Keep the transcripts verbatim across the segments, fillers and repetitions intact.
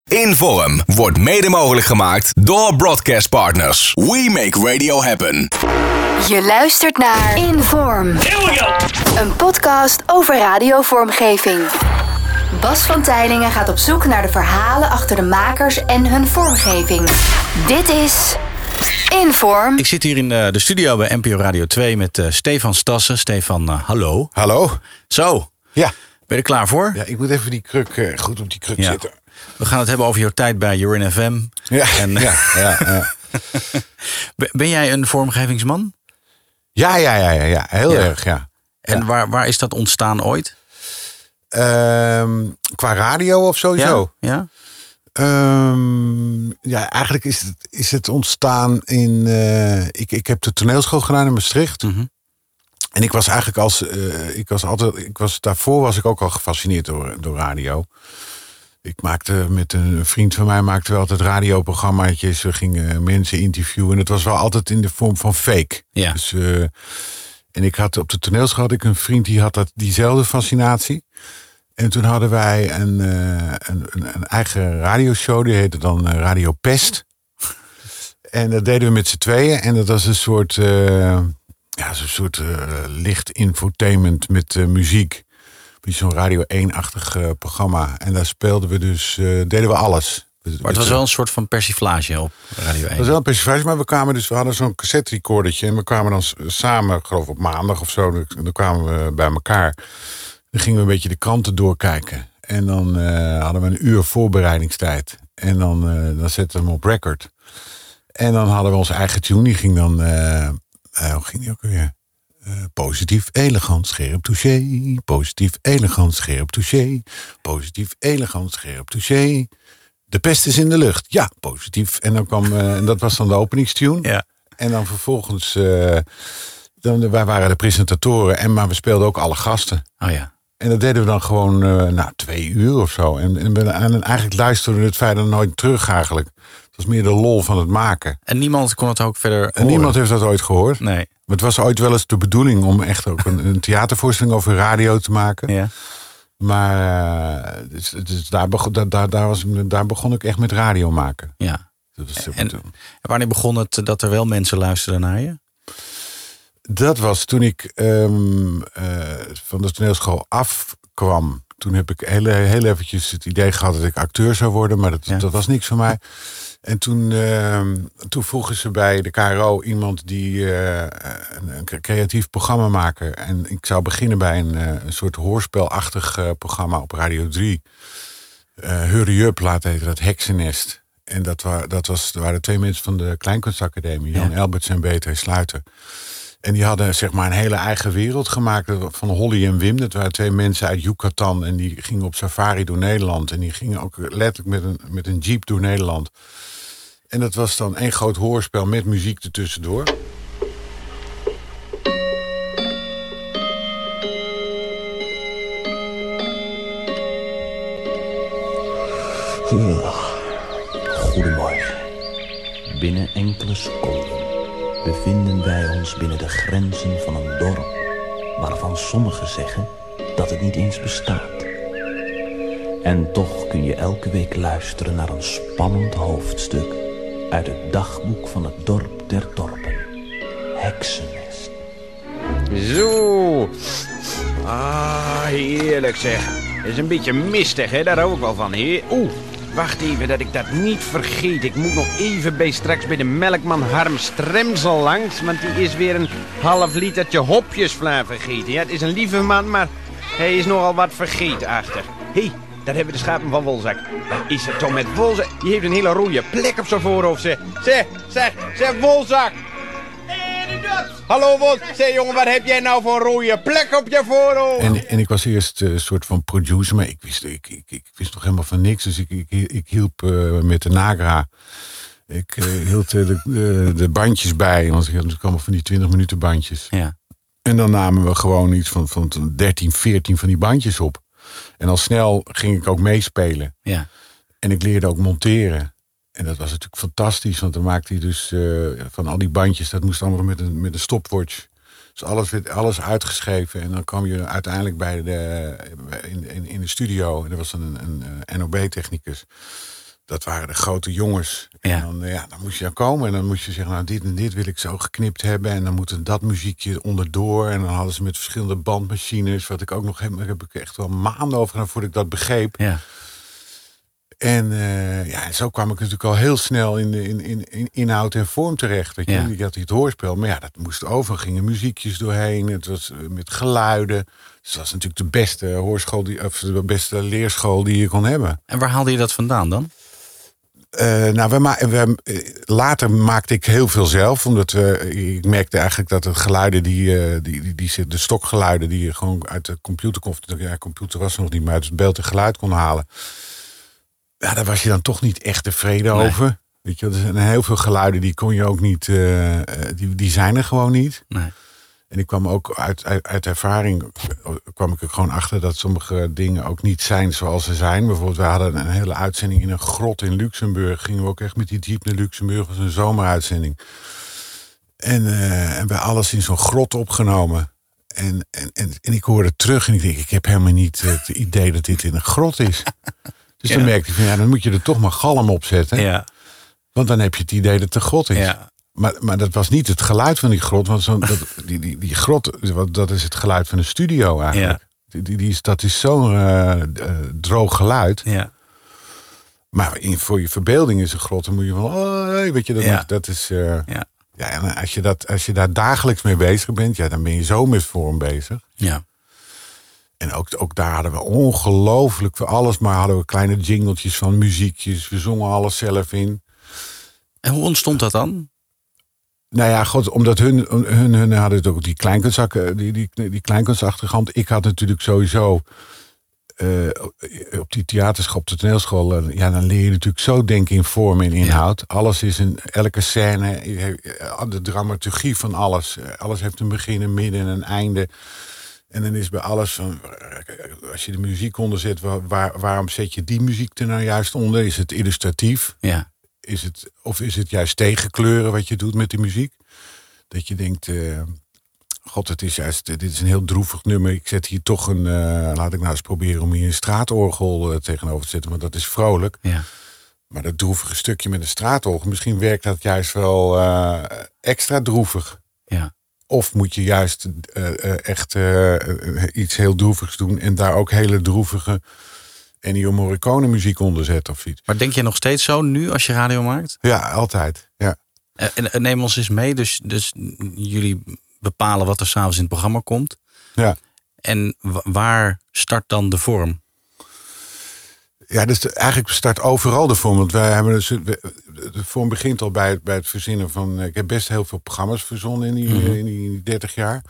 Inform wordt mede mogelijk gemaakt door Broadcast Partners. We make radio happen. Je luistert naar Inform. Een podcast over radiovormgeving. Bas van Tijlingen gaat op zoek naar de verhalen achter de makers en hun vormgeving. Dit is Inform. Ik zit hier in de, de studio bij N P O Radio twee met uh, Stefan Stassen. Stefan, uh, hallo. Hallo. Zo. Ja. Ben je er klaar voor? Ja, ik moet even die kruk uh, goed op die kruk ja. zitten. We gaan het hebben over jouw tijd bij Urin F M. Ja, en, ja, ja, ja. Ben jij een vormgevingsman? Ja, ja, ja, ja, ja. Heel ja. erg, ja. En ja. Waar, waar is dat ontstaan ooit? Um, qua radio of sowieso? Ja. ja? Um, ja, eigenlijk is het, is het ontstaan in... Uh, ik, ik heb de toneelschool gedaan in Maastricht. Mm-hmm. En ik was eigenlijk als... Uh, ik was altijd, ik was, daarvoor was ik ook al gefascineerd door, door radio. Ik maakte met een vriend van mij maakten we altijd radioprogrammaatjes. We gingen mensen interviewen. En het was wel altijd in de vorm van fake. Ja. Dus, uh, en ik had op de toneelschool had ik een vriend die had dat, diezelfde fascinatie. En toen hadden wij een, uh, een, een, een eigen radioshow. Die heette dan uh, Radio Pest. En dat deden we met z'n tweeën. En dat was een soort, uh, ja, zo'n soort uh, licht infotainment met uh, muziek. Zo'n Radio één-achtig uh, programma. En daar speelden we dus, uh, deden we alles. Maar het was wel een soort van persiflage op Radio één. Het was wel een persiflage, maar we kwamen dus, we hadden zo'n cassette recordertje. En we kwamen dan samen, geloof ik op maandag of zo. Dan kwamen we bij elkaar. Dan gingen we een beetje de kranten doorkijken. En dan uh, hadden we een uur voorbereidingstijd. En dan, uh, dan zetten we hem op record. En dan hadden we onze eigen tune. Die ging dan, uh, uh, hoe ging die ook weer? Uh, positief, elegant, scherp, touché. Positief, elegant, scherp, touché. Positief, elegant, scherp, touché. De pest is in de lucht. Ja, positief. En dan kwam, uh, en dat was dan de openingstune. Ja. En dan vervolgens, uh, dan, wij waren de presentatoren, en maar we speelden ook alle gasten. Oh ja. En dat deden we dan gewoon, uh, nou, twee uur of zo. En, en, en eigenlijk luisterden we het verder nooit terug eigenlijk. Het was meer de lol van het maken. En niemand kon het ook verder horen? En niemand heeft dat ooit gehoord. Nee. Maar het was ooit wel eens de bedoeling om echt ook een, een theatervoorstelling over radio te maken. Ja. Maar uh, dus, dus daar, begon, daar, daar, daar, was, daar begon ik echt met radio maken. Ja. Dat was, en, en wanneer begon het dat er wel mensen luisterden naar je? Dat was toen ik um, uh, van de toneelschool afkwam. Toen heb ik heel, heel eventjes het idee gehad dat ik acteur zou worden. Maar dat, ja. dat was niks voor mij. En toen, uh, toen vroegen ze bij de K R O iemand die uh, een, een creatief programma maken. En ik zou beginnen bij een, uh, een soort hoorspelachtig uh, programma op Radio drie. Uh, Hurry Up, laat heette dat, Heksenest. En dat, wa- dat, was, dat waren twee mensen van de Kleinkunstacademie. Jan ja. Elberts en B T Sluiter. En die hadden zeg maar een hele eigen wereld gemaakt van Holly en Wim. Dat waren twee mensen uit Yucatan en die gingen op safari door Nederland. En die gingen ook letterlijk met een, met een jeep door Nederland. En dat was dan één groot hoorspel met muziek ertussendoor. Goedemorgen. Binnen enkele seconden bevinden wij ons binnen de grenzen van een dorp waarvan sommigen zeggen dat het niet eens bestaat. En toch kun je elke week luisteren naar een spannend hoofdstuk uit het dagboek van het dorp der dorpen. Heksenest. Zo. Ah, heerlijk zeg. Het is een beetje mistig, hè? Daar hou ik wel van, heer. Oeh. Wacht even, dat ik dat niet vergeet. Ik moet nog even bij straks bij de melkman Harm Stremsel langs. Want die is weer een half litertje hopjesvla vergeten. Ja, het is een lieve man, maar hij is nogal wat vergeetachtig. Hé, hey, daar hebben we de schapen van Wolzak. Wat is het toch met Wolzak? Die heeft een hele rode plek op zijn voorhoofd. Zeg, zeg, zeg, zeg Wolzak. Hallo Wolzak. Zeg jongen, wat heb jij nou voor een rode plek op je voorhoofd? En, en ik was eerst een uh, soort van producer, maar ik wist, ik, ik, ik wist nog helemaal van niks. Dus ik, ik, ik hielp uh, met de Nagra. Ik uh, hield uh, de, uh, de bandjes bij, want ik had natuurlijk allemaal van die twintig minuten bandjes. Ja. En dan namen we gewoon iets van, van dertien, veertien van die bandjes op. En al snel ging ik ook meespelen. Ja. En ik leerde ook monteren. En dat was natuurlijk fantastisch, want dan maakte hij dus uh, van al die bandjes, dat moest allemaal met een, met een stopwatch. Dus alles werd alles uitgeschreven en dan kwam je uiteindelijk bij de, in, in, in de studio. En er was een, een, een N O B-technicus. dat waren de grote jongens. Ja. En dan, ja, dan moest je dan komen en dan moest je zeggen, nou dit en dit wil ik zo geknipt hebben. En dan moet er dat muziekje onderdoor. En dan hadden ze met verschillende bandmachines, wat ik ook nog heb, heb ik echt wel maanden over gedaan voordat ik dat begreep. Ja. En uh, ja, en zo kwam ik natuurlijk al heel snel in, in, in, in inhoud en vorm terecht. Weet je? Ja. Ik had het hoorspel, maar ja, dat moest over. Er gingen muziekjes doorheen. Het was uh, met geluiden. Dus dat was natuurlijk de beste hoorschool, die, of de beste leerschool die je kon hebben. En waar haalde je dat vandaan dan? Uh, nou, we ma- we, later maakte ik heel veel zelf, omdat we, ik merkte eigenlijk dat de geluiden die, uh, die, die, die de stokgeluiden die je gewoon uit de computer kon, ja, computer was er nog niet, maar uit het beeld en geluid kon halen. Ja, daar was je dan toch niet echt tevreden nee. over. Weet je, er zijn heel veel geluiden die kon je ook niet, uh, die, die zijn er gewoon niet. Nee. En ik kwam ook uit, uit, uit ervaring, kwam ik er gewoon achter dat sommige dingen ook niet zijn zoals ze zijn. Bijvoorbeeld, we hadden een hele uitzending in een grot in Luxemburg. Gingen we ook echt met die jeep naar Luxemburg. Dat was een zomeruitzending. En, uh, en bij alles in zo'n grot opgenomen. En, en, en, en ik hoorde terug en ik denk, ik heb helemaal niet het idee dat dit in een grot is. Dus ja. Dan merkte ik van, ja, dan moet je er toch maar galm op zetten. Ja. Want dan heb je het idee dat het een grot is. Ja. Maar, maar dat was niet het geluid van die grot. Want zo, dat, die, die, die grot, dat is het geluid van een studio eigenlijk. Ja. Die, die, die is, dat is zo'n uh, uh, droog geluid. Ja. Maar in, voor je verbeelding is een grot, dan moet je van, oh, hey, weet je, dat, ja. dat is... Uh, ja. Ja, en als je, dat, als je daar dagelijks mee bezig bent, ja, dan ben je zo met vorm bezig. Ja. En ook, ook daar hadden we ongelooflijk voor alles, maar hadden we kleine jingletjes van muziekjes. We zongen alles zelf in. En hoe ontstond dat dan? Nou ja, god, omdat hun, hun, hun hadden ook die kleinkunstzakken, die, die, die kleinkunstachtergrond. Ik had natuurlijk sowieso uh, op die theaterschool, op de toneelschool, uh, ja, dan leer je natuurlijk zo denken in vorm en inhoud. Ja. Alles is een, elke scène, de dramaturgie van alles. Alles heeft een begin, een midden en een einde. En dan is bij alles van, als je de muziek onder zet, waar, waar, waarom zet je die muziek er nou juist onder? Is het illustratief? Ja. Is het, of is het juist tegenkleuren wat je doet met de muziek? Dat je denkt, uh, god, het is juist, dit is een heel droevig nummer. Ik zet hier toch een, uh, laat ik nou eens proberen om hier een straatorgel uh, tegenover te zetten. Want dat is vrolijk. Ja. Maar dat droevige stukje met een straatorgel, misschien werkt dat juist wel uh, extra droevig. Ja. Of moet je juist uh, uh, echt uh, uh, iets heel droevigs doen en daar ook hele droevige Ennio Morricone muziek onder zetten of iets. Maar denk je nog steeds zo nu als je radio maakt? Ja, altijd. Ja. En, en neem ons eens mee. Dus, dus jullie bepalen wat er s'avonds in het programma komt. Ja. En waar start dan de vorm? Ja, dus de, eigenlijk start overal de vorm. Want wij hebben dus, de vorm begint al bij het, bij het verzinnen van... Ik heb best heel veel programma's verzonnen in die, mm-hmm. in die dertig jaar.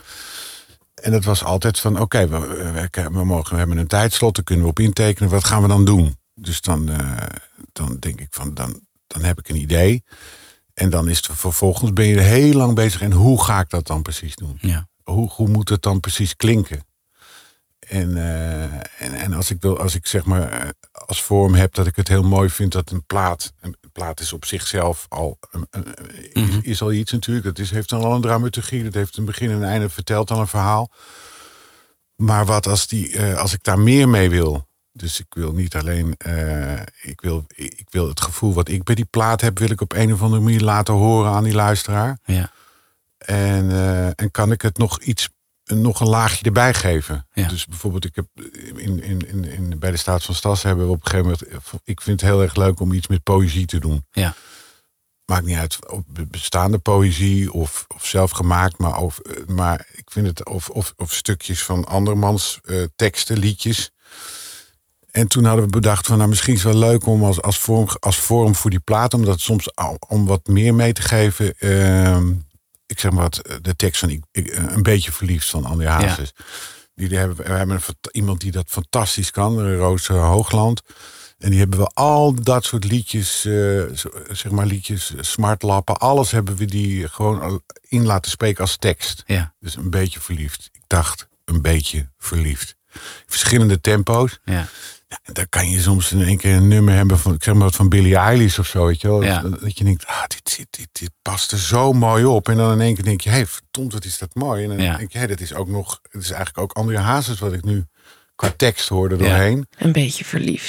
En dat was altijd van, oké, okay, we, we, we, mogen, we hebben een tijdslot, daar kunnen we op intekenen. Wat gaan we dan doen? Dus dan, uh, dan denk ik van, dan, dan heb ik een idee. En dan is het vervolgens ben je er heel lang bezig. En hoe ga ik dat dan precies doen? Ja. Hoe, hoe moet het dan precies klinken? En, uh, en, en als ik wil, als ik zeg maar als vorm heb dat ik het heel mooi vind dat een plaat, een plaat is op zichzelf al, een, een, mm-hmm. is, is al iets natuurlijk. Dat is, heeft dan al een dramaturgie, dat heeft een begin en een einde, vertelt dan een verhaal. Maar wat als die, uh, als ik daar meer mee wil, dus ik wil niet alleen, uh, ik wil, ik wil het gevoel wat ik bij die plaat heb, wil ik op een of andere manier laten horen aan die luisteraar. Ja. En, uh, en kan ik het nog iets nog een laagje erbij geven. Ja. Dus bijvoorbeeld, ik heb in, in, in, in, bij de Staat van Stas hebben we op een gegeven moment... Ik vind het heel erg leuk om iets met poëzie te doen. Ja. Maakt niet uit, bestaande poëzie of, of zelf gemaakt, maar, of, maar ik vind het... Of, of, of stukjes van andermans uh, teksten, liedjes. En toen hadden we bedacht van, nou, misschien is het wel leuk om als, als, vorm, als vorm voor die plaat, om dat soms om wat meer mee te geven... Uh, ik zeg maar wat, de tekst van ik, ik, een beetje verliefd van André Hazes. Ja. Die, die hebben, we hebben een, iemand die dat fantastisch kan, Roos Hoogland. En die hebben we al dat soort liedjes, uh, zeg maar liedjes, smartlappen, alles hebben we die gewoon in laten spreken als tekst. Ja. Dus een beetje verliefd. Ik dacht, een beetje verliefd. Verschillende tempo's. Ja. Ja, en dan kan je soms in één keer een nummer hebben van, ik zeg maar wat van Billie Eilish of zo, weet je wel. Ja. Dat, dat je denkt, ah, dit, dit, dit, dit past er zo mooi op. En dan in één keer denk je, hé, hey, verdomd, wat is dat mooi. En dan ja. denk je, hé, hey, dat is ook nog, het is eigenlijk ook André Hazes wat ik nu qua tekst hoorde doorheen. Ja. Een beetje verliefd.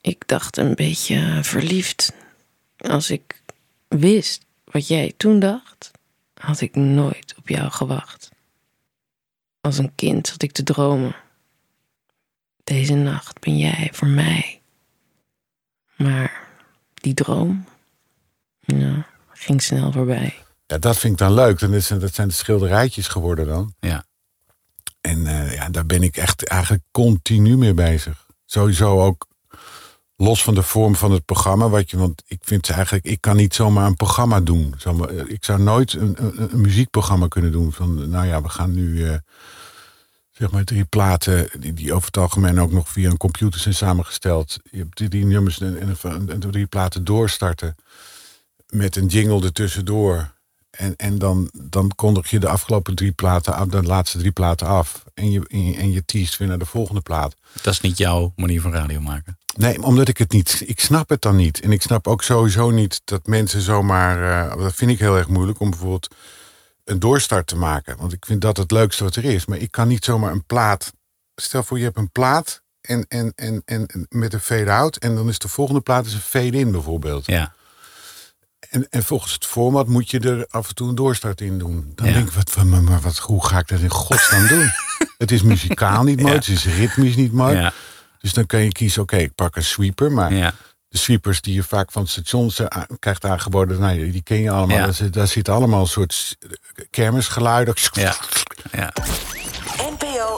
ik dacht een beetje verliefd. Als ik wist wat jij toen dacht, had ik nooit op jou gewacht. Als een kind zat ik te dromen. Deze nacht ben jij voor mij. Maar die droom, nou, ging snel voorbij. Ja, dat vind ik dan leuk. Dat zijn, dat zijn de schilderijtjes geworden dan. Ja. En uh, ja, daar ben ik echt eigenlijk continu mee bezig. Sowieso ook los van de vorm van het programma. Wat je, want ik vind eigenlijk, ik kan niet zomaar een programma doen. Zomaar, ik zou nooit een, een, een muziekprogramma kunnen doen. Van, nou ja, we gaan nu uh, zeg maar drie platen, die, die over het algemeen ook nog via een computer zijn samengesteld. Je hebt die, die nummers en, en, en, en drie platen doorstarten. Met een jingle ertussendoor. En, en dan, dan kondig je de afgelopen drie platen af, de laatste drie platen af. En je, en je, en je teast weer naar de volgende plaat. Dat is niet jouw manier van radio maken? Nee, omdat ik het niet... Ik snap het dan niet. En ik snap ook sowieso niet dat mensen zomaar... Uh, dat vind ik heel erg moeilijk om bijvoorbeeld een doorstart te maken. Want ik vind dat het leukste wat er is. Maar ik kan niet zomaar een plaat... Stel voor je hebt een plaat en, en, en, en met een fade-out. En dan is de volgende plaat is een fade-in bijvoorbeeld. Ja. En, en volgens het format moet je er af en toe een doorstart in doen. Dan ja. denk ik, wat, maar, maar wat, hoe ga ik dat in godsnaam doen? Het is muzikaal niet mooi, ja. Het is ritmisch niet mooi. Ja. Dus dan kan je kiezen, oké, okay, ik pak een sweeper. Maar ja. de sweepers die je vaak van het station krijgt aangeboden, nou, die ken je allemaal. Ja. Daar, daar zit allemaal een soort kermisgeluiden. Ja. Ja. N P O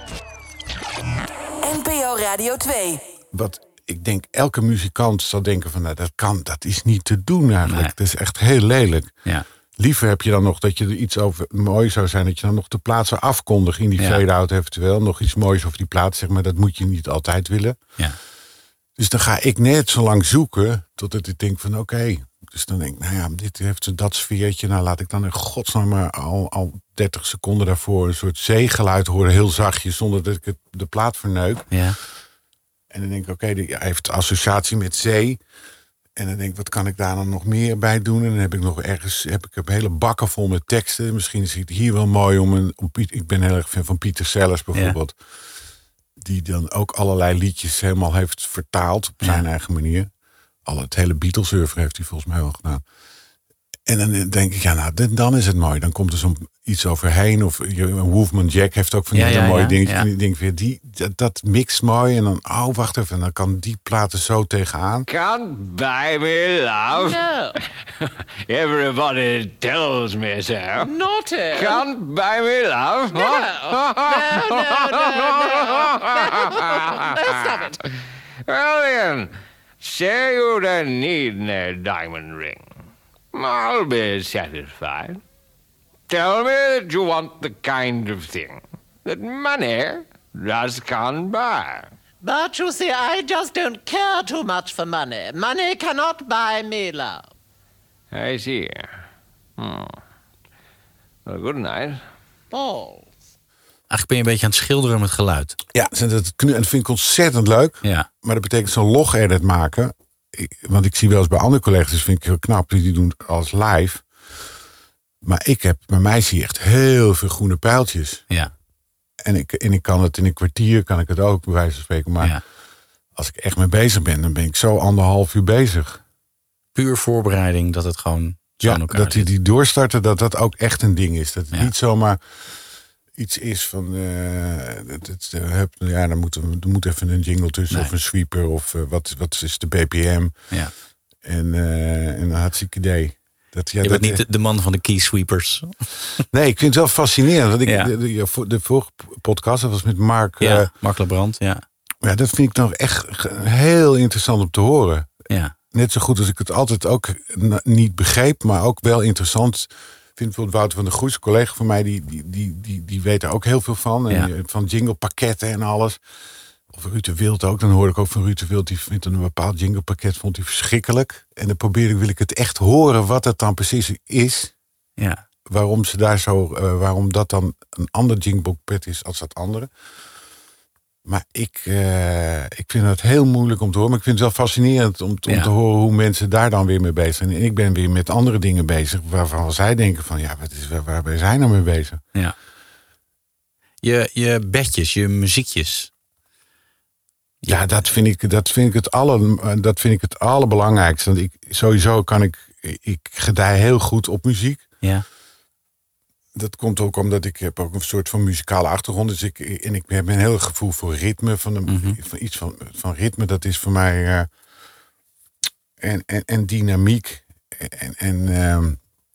N P O Radio twee. Wat ik denk, elke muzikant zal denken van, nou, dat kan, dat is niet te doen eigenlijk. Nee. Dat is echt heel lelijk. Ja. Liever heb je dan nog dat je er iets over mooi zou zijn, dat je dan nog de plaat zou afkondigen in die ja. fade-out eventueel. Nog iets moois over die plaat, zeg maar. Dat moet je niet altijd willen. Ja. Dus dan ga ik net zo lang zoeken totdat ik denk van oké. Okay. Dus dan denk ik, nou ja, dit heeft dat sfeertje. Nou, laat ik dan in godsnaam maar al, al dertig seconden daarvoor een soort zeegeluid horen, heel zachtjes, zonder dat ik het, de plaat verneuk. Ja. En dan denk ik, oké, okay, hij heeft associatie met zee. En dan denk ik, wat kan ik daar dan nog meer bij doen? En dan heb ik nog ergens, heb ik hele bakken vol met teksten. Misschien is het hier wel mooi om een... Om, ik ben heel erg fan van Pieter Sellers bijvoorbeeld. Ja. Die dan ook allerlei liedjes helemaal heeft vertaald op zijn ja. eigen manier. Al het hele Beatles-oeuvre heeft hij volgens mij wel gedaan. En dan denk ik, ja, nou, dan is het mooi. Dan komt er zo'n iets overheen. Of Wolfman Jack heeft ook van die ja, hele ja, mooie ja, dingetjes. Ja. En ik denk weer, die, dat, dat mixt mooi. En dan, oh, wacht even. En dan kan die platen zo tegenaan. Can't buy me love. No. Everybody tells me so. Not it. Can't buy me love. No. No, no, no, no. No, no, stop it. Well then, say you don't need no diamond ring. I'll be satisfied. Tell me that you want the kind of thing that money just can't buy. But you see, I just don't care too much for money. Money cannot buy me love. I see. Hmm. Well, good night. Balls. Eigenlijk ben je een beetje aan het schilderen met geluid. Ja, dat vind ik ontzettend leuk. Ja. Maar dat betekent zo'n log-edit maken. Ik, want ik zie wel eens bij andere collega's, dus vind ik heel knap, die doen alles live. Maar ik heb, bij mij zie je echt heel veel groene pijltjes. Ja. En ik, en ik kan het in een kwartier, kan ik het ook, bij wijze van spreken. Maar ja. als ik echt mee bezig ben, dan ben ik zo anderhalf uur bezig. Puur voorbereiding, dat het gewoon zo ja, in elkaar dat die, die doorstarten, dat dat ook echt een ding is. Dat het ja. niet zomaar iets is van, uh, het, het, uh, ja, dan moet, er moet even een jingle tussen nee. of een sweeper of uh, wat, wat is de B P M. Ja. En, uh, en een hartstikke idee. Dat, ja, je dat, bent niet de, de man van de key sweepers. Nee, ik vind het wel fascinerend. Want ik, ja. de, de, de vorige podcast, dat was met Mark. Ja, uh, Mark Lebrand, ja. Ja, dat vind ik nog echt heel interessant om te horen. Ja. Net zo goed als ik het altijd ook niet begreep, maar ook wel interessant. Ik vind bijvoorbeeld Wouter van der Goes, een collega van mij, die, die, die, die, die weet er ook heel veel van. Ja. En van jinglepakketten en alles. Of Ruud de Wild ook. Dan hoor ik ook van Ruud de Wild, die vindt een bepaald jinglepakket vond hij verschrikkelijk. En dan probeer ik, wil ik het echt horen wat het dan precies is. Ja. Waarom ze daar zo, uh, waarom dat dan een ander jinglepakket is als dat andere. Maar ik, uh, ik vind het heel moeilijk om te horen. Maar ik vind het wel fascinerend om, om ja. te horen hoe mensen daar dan weer mee bezig zijn. En ik ben weer met andere dingen bezig waarvan zij denken van, ja, wat is, waar, waar ben zij nou mee bezig? Ja. Je, je bedjes, je muziekjes. Ja, dat vind ik, dat vind ik, het, aller, dat vind ik het allerbelangrijkste. Want ik, sowieso kan ik, ik gedij heel goed op muziek. Ja. Dat komt ook omdat ik heb ook een soort van muzikale achtergrond. Dus ik, en ik heb een heel gevoel voor ritme. Van, een, mm-hmm. van iets van, van ritme, dat is voor mij... Uh, en, en, en dynamiek. En, en, uh,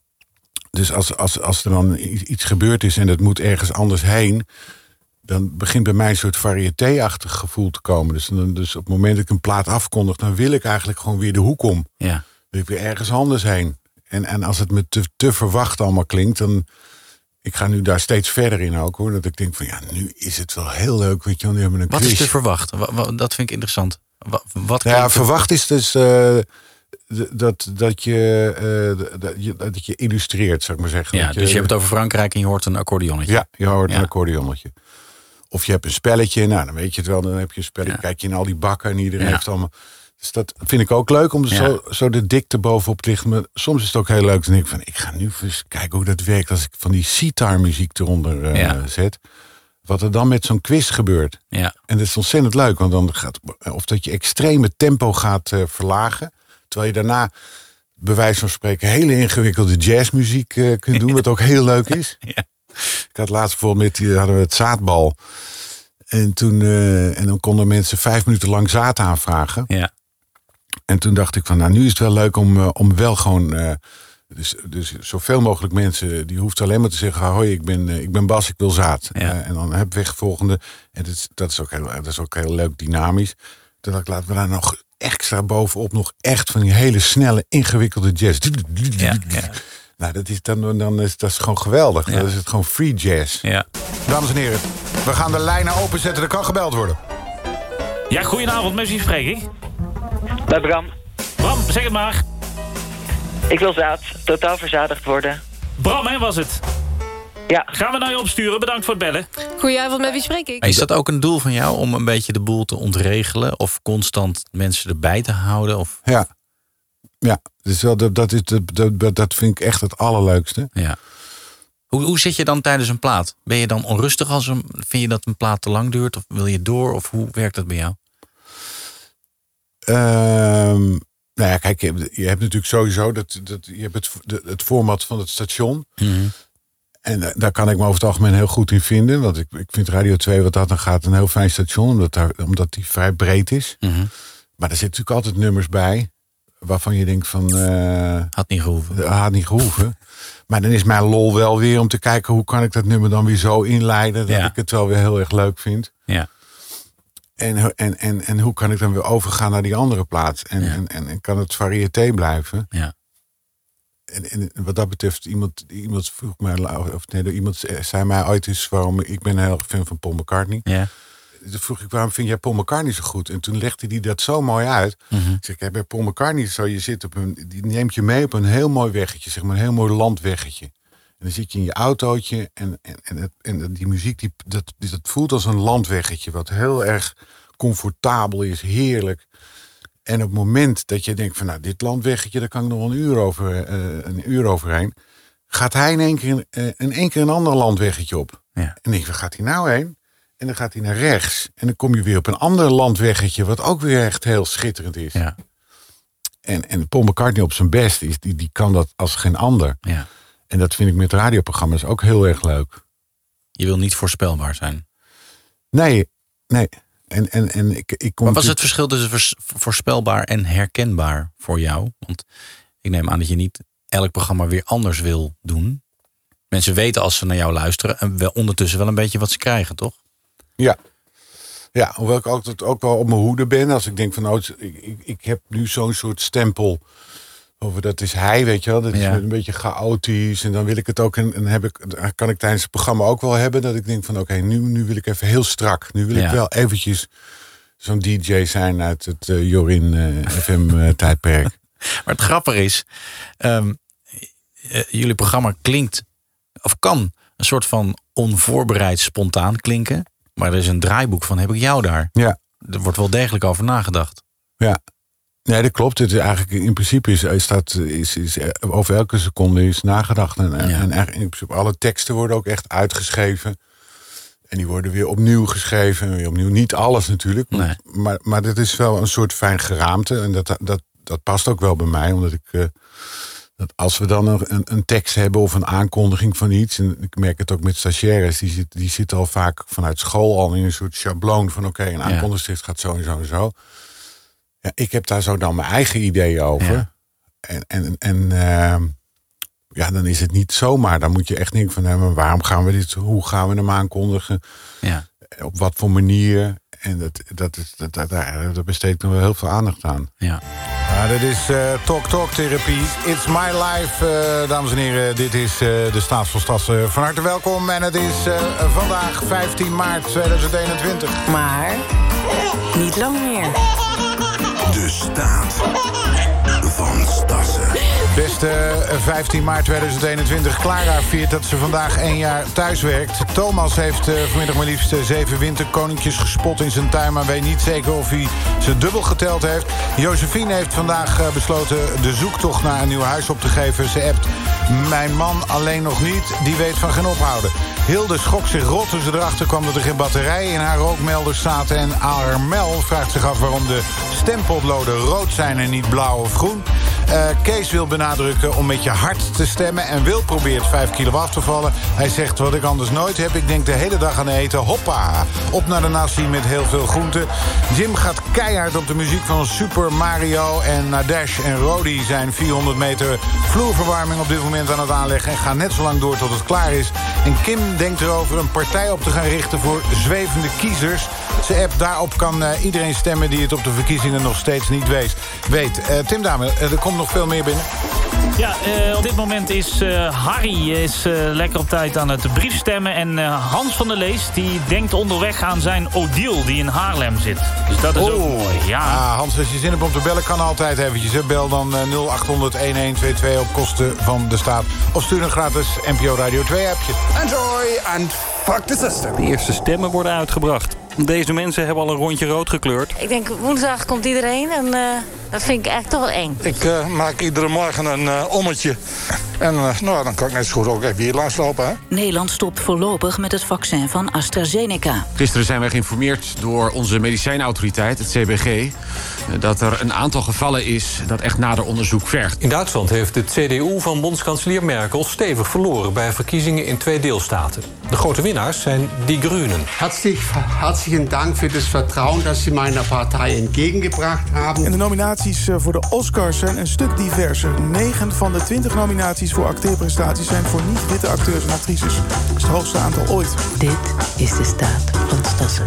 dus als, als, als er dan iets gebeurd is en het moet ergens anders heen... dan begint bij mij een soort variété-achtig gevoel te komen. Dus, dan, dus op het moment dat ik een plaat afkondig... dan wil ik eigenlijk gewoon weer de hoek om. Ja. Dan wil ik weer ergens anders heen. En, en als het me te, te verwacht allemaal klinkt... dan ik ga nu daar steeds verder in ook, hoor. Dat ik denk van, ja, nu is het wel heel leuk. Weet je, nu hebben we een wat quiz. is te verwachten? Dat vind ik interessant. Wat, wat nou ja, verwacht is dus uh, dat, dat, je, uh, dat, je, dat je illustreert, zou ik maar zeggen. Ja, dat je, dus je hebt het over Frankrijk en je hoort een accordeonnetje. Ja, je hoort ja. een accordeonnetje. Of je hebt een spelletje, nou, dan weet je het wel. Dan heb je een spelletje, ja. Kijk je in al die bakken en iedereen ja. heeft allemaal... Dus dat vind ik ook leuk om ja. zo, zo de dikte bovenop te liggen. Maar soms is het ook heel leuk. Dan denk ik van, ik ga nu eens kijken hoe dat werkt als ik van die sitar-muziek eronder uh, ja. zet. Wat er dan met zo'n quiz gebeurt. Ja. En dat is ontzettend leuk, want dan gaat of dat je extreme tempo gaat uh, verlagen, terwijl je daarna, bij wijze van spreken, hele ingewikkelde jazzmuziek uh, kunt doen, wat ook heel leuk is. Ja. Ik had laatst bijvoorbeeld met die hadden we het zaadbal. En toen uh, en dan konden mensen vijf minuten lang zaad aanvragen. Ja. En toen dacht ik van, nou, nu is het wel leuk om, uh, om wel gewoon... Uh, dus, dus zoveel mogelijk mensen, die hoeft alleen maar te zeggen... hoi, ik ben, uh, ik ben Bas, ik wil zaad. Ja. Uh, en dan heb weg volgende. En dat is, dat, is ook heel, dat is ook heel leuk dynamisch. Toen dacht ik, laten we daar nog extra bovenop... nog echt van die hele snelle, ingewikkelde jazz. Ja, ja. Nou, dat is, dan, dan is, dat is gewoon geweldig. Ja. Dan is het gewoon free jazz. Ja. Dames en heren, we gaan de lijnen openzetten. Er kan gebeld worden. Ja, goedenavond, met wie spreek ik? Bij Bram. Bram, zeg het maar. Ik wil zaad. Totaal verzadigd worden. Bram, hè, was het? Ja. Gaan we naar je opsturen. Bedankt voor het bellen. Goedenavond, met wie spreek ik? Is dat ook een doel van jou om een beetje de boel te ontregelen? Of constant mensen erbij te houden? Of... Ja. Ja, dus wel, dat, dat, is, dat, dat vind ik echt het allerleukste. Ja. Hoe, hoe zit je dan tijdens een plaat? Ben je dan onrustig als een... Vind je dat een plaat te lang duurt? Of wil je door? Of hoe werkt dat bij jou? Um, nou ja, kijk, je, je hebt natuurlijk sowieso dat, dat je hebt het, de, het format van het station. Mm-hmm. En uh, daar kan ik me over het algemeen heel goed in vinden. Want ik, ik vind Radio twee, wat dat dan gaat, een heel fijn station. Omdat, daar, omdat die vrij breed is. Mm-hmm. Maar er zitten natuurlijk altijd nummers bij. Waarvan je denkt van... Uh, had niet gehoeven. Had niet gehoeven. Maar dan is mijn lol wel weer om te kijken... hoe kan ik dat nummer dan weer zo inleiden... dat ja. ik het wel weer heel erg leuk vind. Ja. En, en, en, en hoe kan ik dan weer overgaan naar die andere plaats? En, ja. en, en, en kan het variété blijven? Ja. En, en wat dat betreft, iemand, iemand vroeg mij... of nee, iemand zei mij ooit eens... waarom ik ben een heel erg fan van Paul McCartney... Ja. Toen vroeg ik, waarom vind jij Paul McCartney zo goed? En toen legde hij dat zo mooi uit. Mm-hmm. Ik zeg, ja, bij Paul McCartney zo, je zit op een, die neemt je mee op een heel mooi weggetje, zeg maar een heel mooi landweggetje. En dan zit je in je autootje en, en, en, het, en die muziek, die, dat, dat voelt als een landweggetje, wat heel erg comfortabel is, heerlijk. En op het moment dat je denkt van, nou, dit landweggetje, daar kan ik nog een uur over, uh, een uur overheen, gaat hij in één keer, uh, in één keer een ander landweggetje op. Ja. En dan denk ik, waar gaat hij nou heen? En dan gaat hij naar rechts. En dan kom je weer op een ander landweggetje... wat ook weer echt heel schitterend is. Ja. En, en Paul McCartney op zijn best... is die, die kan dat als geen ander. Ja. En dat vind ik met radioprogramma's ook heel erg leuk. Je wil niet voorspelbaar zijn. Nee, nee. En, en, en ik, ik kom maar was het verschil tussen vers, voorspelbaar en herkenbaar voor jou? Want ik neem aan dat je niet elk programma weer anders wil doen. Mensen weten als ze naar jou luisteren... en wel ondertussen wel een beetje wat ze krijgen, toch? Ja. Ja, hoewel ik altijd ook wel op mijn hoede ben. Als ik denk van, nou, ik, ik, ik heb nu zo'n soort stempel... over dat is hij, weet je wel. Dat is ja. een beetje chaotisch. En dan wil ik het ook... en, en heb ik, kan ik tijdens het programma ook wel hebben... dat ik denk van, oké, okay, nu, nu wil ik even heel strak. Nu wil ja. ik wel eventjes zo'n D J zijn... uit het uh, Jorin uh, F M-tijdperk. Uh, maar het grappige is... Um, uh, jullie programma klinkt... of kan een soort van onvoorbereid spontaan klinken... maar er is een draaiboek van, heb ik jou daar? Ja. Er wordt wel degelijk over nagedacht. Ja, nee, dat klopt. Het is eigenlijk in principe is, is dat is, is over elke seconde is nagedacht en, ja. en eigenlijk in principe alle teksten worden ook echt uitgeschreven. En die worden weer opnieuw geschreven. En weer opnieuw. Niet alles natuurlijk. Nee. Maar, maar dat is wel een soort fijn geraamte. En dat, dat, dat past ook wel bij mij. Omdat ik... Uh, dat als we dan een, een tekst hebben of een aankondiging van iets... en ik merk het ook met stagiaires... die, zit, die zitten al vaak vanuit school al in een soort schabloon... van oké, okay, een aankondigingstekst gaat zo en zo en zo. Ja, ik heb daar zo dan mijn eigen ideeën over. Ja. En, en, en uh, ja, dan is het niet zomaar. Dan moet je echt denken van... Hè, maar waarom gaan we dit... hoe gaan we hem aankondigen? Ja. Op wat voor manier... En dat, dat, is, dat, dat, daar besteed ik nog wel heel veel aandacht aan. Ja. Ja, dit is uh, Talk Talk Therapie. It's my life, uh, dames en heren. Dit is uh, de Staat van Stassen. Van harte welkom. En het is uh, vandaag vijftien maart tweeduizend eenentwintig. Maar niet lang meer. De Staat van Stassen. Beste vijftien maart tweeduizend eenentwintig. Clara viert dat ze vandaag één jaar thuis werkt. Thomas heeft uh, vanmiddag maar liefst uh, zeven winterkoninkjes gespot in zijn tuin... maar weet niet zeker of hij ze dubbel geteld heeft. Josephine heeft vandaag uh, besloten de zoektocht naar een nieuw huis op te geven. Ze appt, mijn man alleen nog niet, die weet van geen ophouden. Hilde schrok zich rot toen ze erachter kwam dat er geen batterijen in haar rookmelders zaten. En Armel vraagt zich af waarom de stempotloden rood zijn en niet blauw of groen. Uh, Kees wil benadrukken om met je hart te stemmen... en Wil probeert vijf kilo af te vallen. Hij zegt, wat ik anders nooit heb, ik denk de hele dag aan eten. Hoppa, op naar de nasi met heel veel groenten. Jim gaat keihard op de muziek van Super Mario... en Nadesh en Rodi zijn vierhonderd meter vloerverwarming op dit moment aan het aanleggen... en gaan net zo lang door tot het klaar is. En Kim denkt erover een partij op te gaan richten voor zwevende kiezers. Zijn app, daarop kan uh, iedereen stemmen die het op de verkiezingen nog steeds niet weet. weet. Uh, Tim Dame, uh, er komt nog veel meer binnen. Ja, uh, op dit moment is uh, Harry is, uh, lekker op tijd aan het briefstemmen. En uh, Hans van der Lees die denkt onderweg aan zijn Odile die in Haarlem zit. Dus dat is oh. ook mooi. Ja. Ah, Hans, als je zin hebt om te bellen, kan altijd eventjes. Hè. Bel dan uh, nul acht honderd een een twee twee op kosten van de staat. Of stuur een gratis N P O Radio twee appje. Enjoy and fuck the system. De eerste stemmen worden uitgebracht. Deze mensen hebben al een rondje rood gekleurd. Ik denk woensdag komt iedereen en uh, dat vind ik eigenlijk toch wel eng. Ik uh, maak iedere morgen een uh, ommetje. En uh, nou, dan kan ik net zo goed ook even hier langs lopen. Hè? Nederland stopt voorlopig met het vaccin van AstraZeneca. Gisteren zijn wij geïnformeerd door onze medicijnautoriteit, het C B G... dat er een aantal gevallen is dat echt nader onderzoek vergt. In Duitsland heeft de C D U van bondskanselier Merkel stevig verloren... bij verkiezingen in twee deelstaten. De grote winnaars zijn Die Grünen. Hartelijk, hartelijken dank voor het vertrouwen dat ze mijn partij entgegengebracht hebben. En de nominaties voor de Oscars zijn een stuk diverser. negen van de twintig nominaties voor acteerprestaties zijn voor niet-witte acteurs en actrices. Dat is het hoogste aantal ooit. Dit is de Staat van Stassen.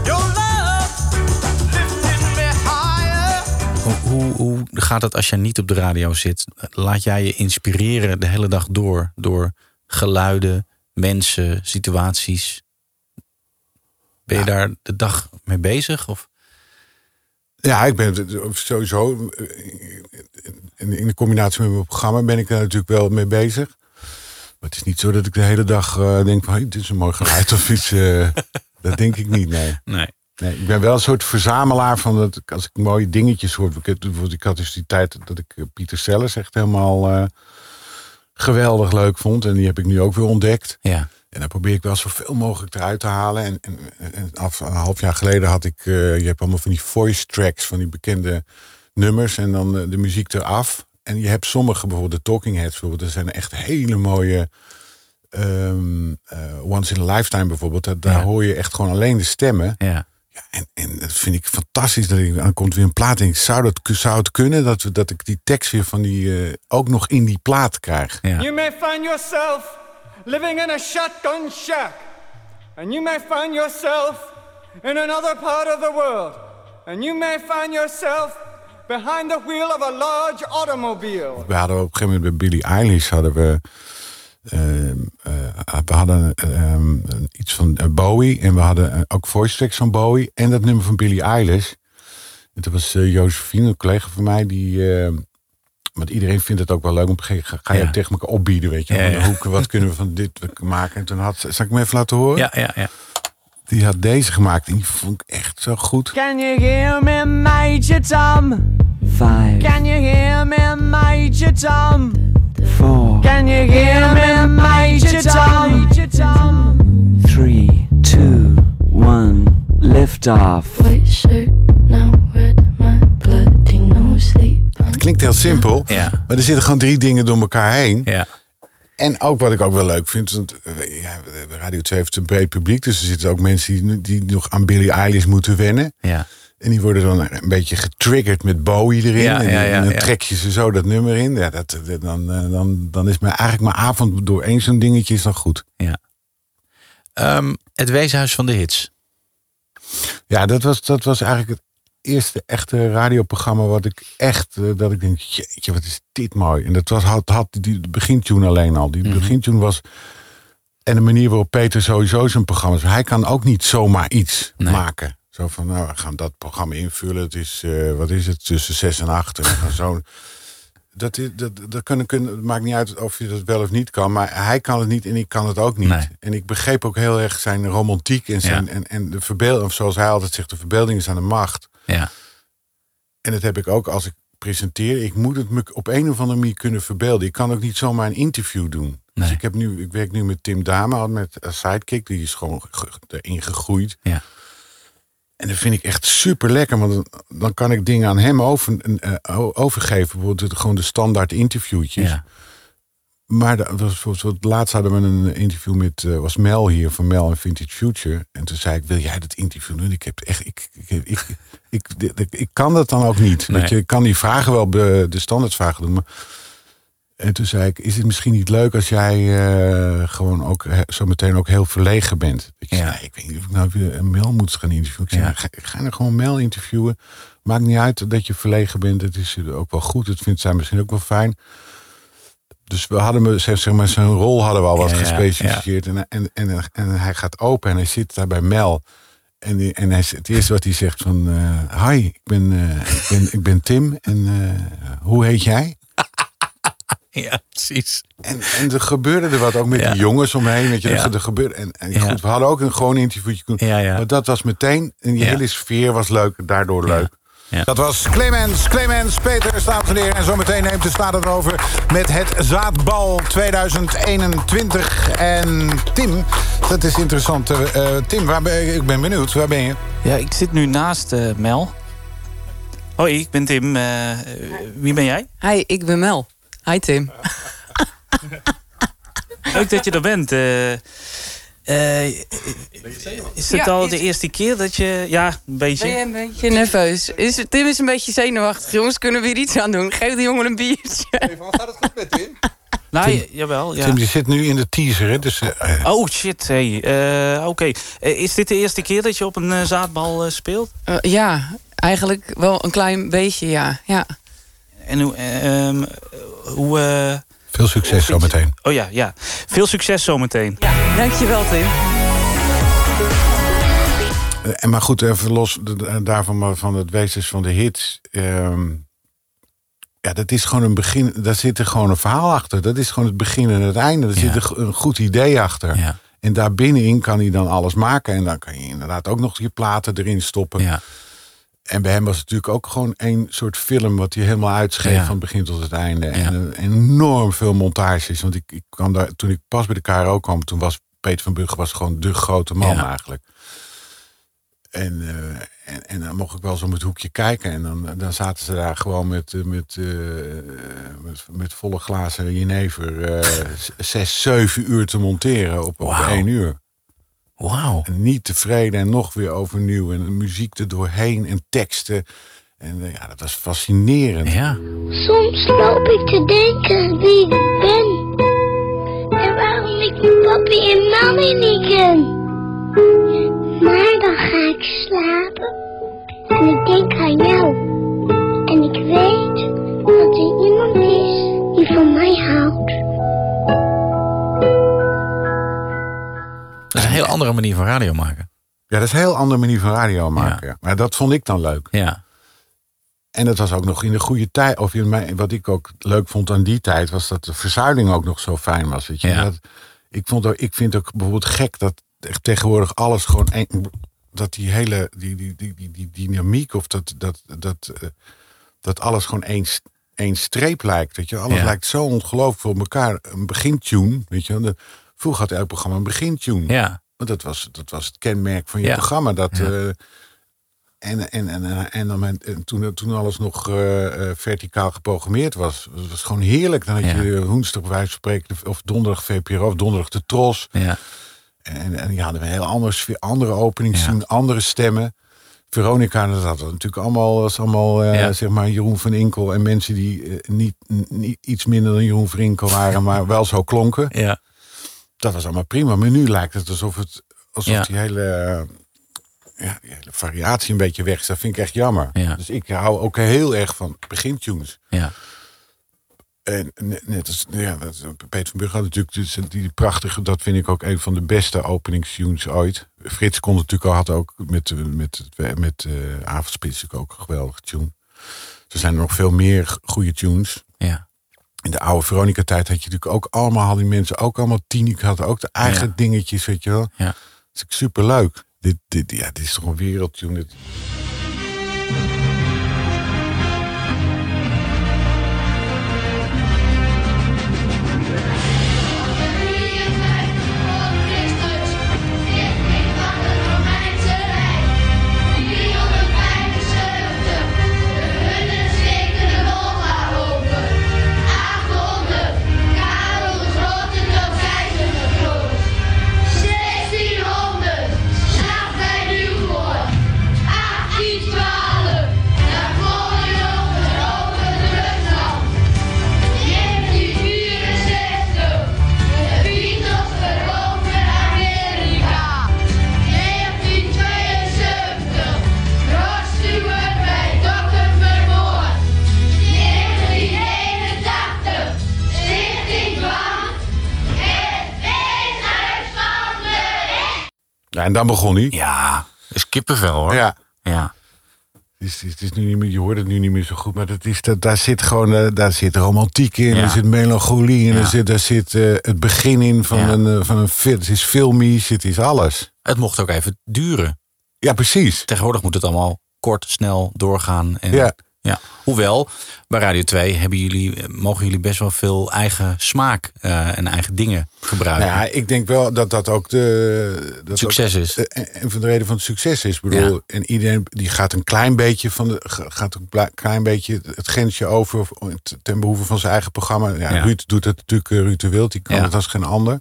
Hoe, hoe, hoe gaat het als je niet op de radio zit? Laat jij je inspireren de hele dag door? Door geluiden, mensen, situaties? Ben je ja. daar de dag mee bezig? Of? Ja, ik ben sowieso... in de combinatie met mijn programma ben ik er natuurlijk wel mee bezig. Maar het is niet zo dat ik de hele dag uh, denk van... Hey, dit is een mooi geluid of iets. Uh, dat denk ik niet, nee. Nee. Nee, ik ben wel een soort verzamelaar van dat ik, als ik mooie dingetjes hoor. Ik, ik had dus die tijd dat ik Pieter Sellers echt helemaal uh, geweldig leuk vond. En die heb ik nu ook weer ontdekt. Ja. En dan probeer ik wel zoveel mogelijk eruit te halen. En, en, en af, een half jaar geleden had ik... Uh, je hebt allemaal van die voice tracks van die bekende nummers. En dan uh, de muziek eraf. En je hebt sommige, bijvoorbeeld de Talking Heads. Bijvoorbeeld, dat zijn echt hele mooie... Um, uh, Once in a Lifetime bijvoorbeeld. Dat, daar ja. hoor je echt gewoon alleen de stemmen. Ja. Ja, en, en dat vind ik fantastisch. Dat ik, dan komt weer een plaat in. Zou, dat, zou het kunnen dat, we, dat ik die tekst weer van die... Uh, ook nog in die plaat krijg? Ja. You may find yourself living in a shotgun shack. And you may find yourself in another part of the world. And you may find yourself behind the wheel of a large automobile. We hadden op een gegeven moment bij Billie Eilish... hadden we... Uh, uh, we hadden uh, iets van uh, Bowie en we hadden uh, ook voice tracks van Bowie en dat nummer van Billie Eilish. En toen was uh, Josephine, een collega van mij, die... Uh, want iedereen vindt het ook wel leuk om te ga, ga je ja. tegen elkaar opbieden, weet je. Ja, ja. Hoe, wat kunnen we van dit maken? En toen had... Zal ik me even laten horen? Ja, ja, ja. Die had deze gemaakt en die vond ik echt zo goed. Can you hear me, Major Tom? Five. Can you hear me, Major Tom? Four. Can you hear me, Major Tom? Three, two, stuff. Het klinkt heel simpel, ja. maar er zitten gewoon drie dingen door elkaar heen. Ja. En ook wat ik ook wel leuk vind, want ja, Radio twee heeft een breed publiek, dus er zitten ook mensen die, die nog aan Billie Eilish moeten wennen. Ja. En die worden dan een beetje getriggerd met Bowie erin. Ja, en, ja, ja, en dan ja. trek je ze zo dat nummer in. Ja, dat, dan, dan, dan is mijn, eigenlijk mijn avond door één zo'n dingetje is dan goed. Ja. Um, het Weeshuis van de Hits. Ja, dat was, dat was eigenlijk het eerste echte radioprogramma wat ik echt, uh, dat ik denk, jeetje, wat is dit mooi. En dat was, had, had die de begintune alleen al. Die mm-hmm. begintune was, en de manier waarop Peter sowieso zijn programma's, hij kan ook niet zomaar iets nee. maken. Zo van, nou, we gaan dat programma invullen. Het is, uh, wat is het, tussen zes en acht. En we gaan zo... Dat, is, dat, dat kunnen, kunnen, het maakt niet uit of je dat wel of niet kan. Maar hij kan het niet en ik kan het ook niet. Nee. En ik begreep ook heel erg zijn romantiek en, zijn, ja. en, en de verbeelding. Of zoals hij altijd zegt, de verbeelding is aan de macht. Ja. En dat heb ik ook als ik presenteer. Ik moet het me op een of andere manier kunnen verbeelden. Ik kan ook niet zomaar een interview doen. Nee. Dus ik, heb nu, ik werk nu met Tim Dame, met een sidekick. Die is gewoon erin gegroeid. Ja. En dat vind ik echt super lekker, want dan, dan kan ik dingen aan hem over, uh, overgeven. Bijvoorbeeld gewoon de standaard interviewtjes. Ja. Maar dat was, laatst hadden we een interview met, uh, was Mel hier, van Mel en Vintage Future. En toen zei ik, wil jij dat interview doen? Ik heb echt, ik, ik, ik, ik, ik, ik, ik kan dat dan ook niet. Nee. Weet je, ik kan die vragen wel, de, de standaardvragen doen, maar... En toen zei ik, is het misschien niet leuk als jij uh, gewoon ook he, zo meteen ook heel verlegen bent? Ik, ja. zei, nee, ik weet niet of ik nou weer een Mel moet gaan interviewen. Ik zei, ja. ga, ga er gewoon Mel interviewen. Maakt niet uit dat je verlegen bent. Het is ook wel goed. Het vindt zij misschien ook wel fijn. Dus we hadden, zeg maar, zijn rol hadden we al wat ja, gespecificeerd. Ja. En, en, en, en hij gaat open en hij zit daar bij Mel. En, die, en hij, het eerste wat hij zegt van... Uh, hi, ik ben, uh, ik, ben, ik ben Tim. En uh, hoe heet jij? Ja, precies. En, en er gebeurde er wat ook met ja. die jongens omheen. Weet je, ja. er gebeurde, en, en goed, ja. we hadden ook een gewoon interviewtje kunnen. Ja, ja. Maar dat was meteen, en die ja. hele sfeer was leuk, daardoor leuk. Ja. Ja. Dat was Clemens, Clemens, Peter, dames en heren. En zometeen neemt de staat het over met het Zaadbal tweeduizend eenentwintig. En Tim, dat is interessant. Uh, Tim, waar ben je? Ik ben benieuwd, waar ben je? Ja, ik zit nu naast uh, Mel. Hoi, ik ben Tim. Uh, wie ben jij? Hi, ik ben Mel. Hi Tim. Leuk dat je er bent. Uh, uh, is het ja, al is... de eerste keer dat je... Ja, een beetje. Ben je een beetje nerveus? Is, Tim is een beetje zenuwachtig. Jongens, kunnen we hier iets aan doen? Geef de jongen een biertje. Hey, wat gaat het goed met Tim? Nou, Tim, jawel. Ja. Tim, je zit nu in de teaser, hè? Dus, uh, oh, shit. Hey. Uh, Oké. Okay. Uh, is dit de eerste keer dat je op een uh, zaadbal uh, speelt? Uh, ja, eigenlijk wel een klein beetje, ja. ja. En hoe... Uh, um, hoe uh, Veel succes zometeen. Oh ja, ja. Veel succes zometeen. Ja, dankjewel, Tim. En maar goed, even los daarvan van het Weeshuis van de Hits. Um, ja, dat is gewoon een begin. Daar zit er gewoon een verhaal achter. Dat is gewoon het begin en het einde. Er ja. zit een goed idee achter. Ja. En daarbinnenin kan hij dan alles maken. En dan kan je inderdaad ook nog je platen erin stoppen. Ja. En bij hem was het natuurlijk ook gewoon één soort film... wat hij helemaal uitschreef ja. van het begin tot het einde. Ja. En een, enorm veel montages. Want ik, ik kwam daar, toen ik pas bij de K R O kwam... toen was Peter van Brugge was gewoon de grote man ja. eigenlijk. En, uh, en, en dan mocht ik wel zo met het hoekje kijken. En dan, dan zaten ze daar gewoon met, met, uh, met, met volle glazen jenever... Uh, zes, zeven uur te monteren op, wow. op één uur. Wauw. En niet tevreden en nog weer overnieuw. En muziek er doorheen en teksten. En uh, ja, dat was fascinerend. Ja. Soms loop ik te denken wie ik ben. En waarom ik mijn papi en mami niet ken. Maar dan ga ik slapen. En ik denk aan jou. En ik weet dat er iemand is die van mij houdt. Dat is een heel andere manier van radio maken. Ja, dat is een heel andere manier van radio maken. Ja. Maar dat vond ik dan leuk. Ja. En dat was ook nog in de goede tijd. Of in mijn, wat ik ook leuk vond aan die tijd... was dat de verzuiling ook nog zo fijn was. Weet je? Ja. Dat, ik, vond ook, ik vind ook bijvoorbeeld gek dat tegenwoordig alles gewoon... Een, dat die hele die, die, die, die, die dynamiek... of dat, dat, dat, uh, dat alles gewoon één, één streep lijkt. Weet je? Alles ja. lijkt zo ongelooflijk voor elkaar. Een begintune, weet je. De, vroeger had elk programma een begintune. Ja. Want dat was, dat was het kenmerk van je ja. programma. Dat, ja. uh, En, en, en, en, dan, en toen, toen alles nog uh, verticaal geprogrammeerd was, was het gewoon heerlijk. Dan had je ja. woensdag bij wijze van spreken, of donderdag V P R O, of donderdag de Tros. Ja. En, en die hadden een heel anders, andere openings, ja. andere stemmen. Veronica, dat had natuurlijk allemaal, was allemaal uh, ja. zeg maar Jeroen van Inkel en mensen die uh, niet, niet iets minder dan Jeroen van Inkel waren, maar wel zo klonken. Ja. Dat was allemaal prima. Maar nu lijkt het alsof het alsof ja. die hele, uh, ja, die hele variatie een beetje weg is. Dat vind ik echt jammer. Ja. Dus ik hou ook heel erg van begintunes. Ja. En net als ja, Peter van Burg had natuurlijk dus die prachtige, dat vind ik ook een van de beste openingstunes ooit. Frits kon natuurlijk al had ook met met met uh, Avondspits ook een geweldige tune. Er zijn er nog veel meer goede tunes. Ja. In de oude Veronica tijd had je natuurlijk ook allemaal hadden die mensen ook allemaal Tineke hadden ook de eigen ja. dingetjes, weet je wel. Ja. Dat is super leuk. Dit dit ja, dit is toch een wereldtune. Dit. Ja, en dan begon hij. Ja, is kippenvel hoor. Ja. ja. Het is, het is nu niet meer, je hoort het nu niet meer zo goed, maar dat is, dat, daar zit gewoon uh, daar zit romantiek in, ja. er zit melancholie in, ja. er zit, daar zit uh, het begin in van, ja. een, uh, van een film. Het is filmisch, het is alles. Het mocht ook even duren. Ja, precies. Tegenwoordig moet het allemaal kort, snel doorgaan. En, ja. Ja. Hoewel, bij Radio twee hebben jullie, mogen jullie best wel veel eigen smaak uh, en eigen dingen gebruiken. Nou ja, ik denk wel dat dat ook de dat succes ook, is. En van de reden van het succes is. Ik bedoel, ja. En iedereen die gaat een klein beetje van de gaat een klein beetje het grensje over ten behoeve van zijn eigen programma. Ja, ja. Ruud doet het natuurlijk, Ruud de Wild, die kan ja. het als geen ander.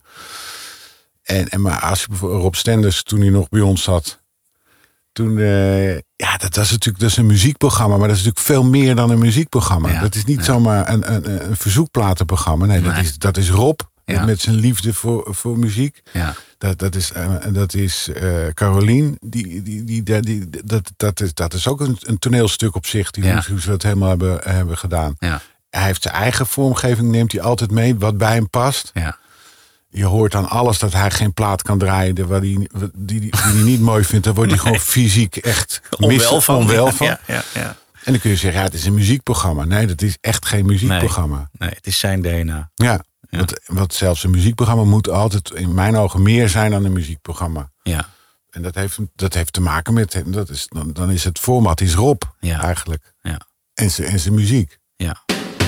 En, en maar als je bijvoorbeeld Rob Stenders, toen hij nog bij ons zat. Toen, uh, ja, dat was natuurlijk dat is een muziekprogramma, maar dat is natuurlijk veel meer dan een muziekprogramma. Ja, dat is niet ja. zomaar een, een, een verzoekplatenprogramma. Nee, nee. Dat, is, dat is Rob ja. met zijn liefde voor, voor muziek. Ja. Dat, dat is, uh, dat is uh, Carolien. Die, die, die, die, die, dat, dat, is, dat is ook een, een toneelstuk op zich, die ja. hoe ze dat helemaal hebben, hebben gedaan. Ja. Hij heeft zijn eigen vormgeving, neemt hij altijd mee, wat bij hem past. Ja. Je hoort aan alles dat hij geen plaat kan draaien waar die, die, die, die hij niet mooi vindt. Dan wordt hij nee. gewoon fysiek echt onwel van. Onwel van. Ja, ja, ja. En dan kun je zeggen, ja, het is een muziekprogramma. Nee, dat is echt geen muziekprogramma. Nee, nee het is zijn D N A. Ja, ja. Want, want zelfs een muziekprogramma moet altijd in mijn ogen meer zijn dan een muziekprogramma. Ja. En dat heeft, dat heeft te maken met, dat is, dan, dan is het format is Rob ja. eigenlijk. Ja. En zijn en zijn muziek. Ja.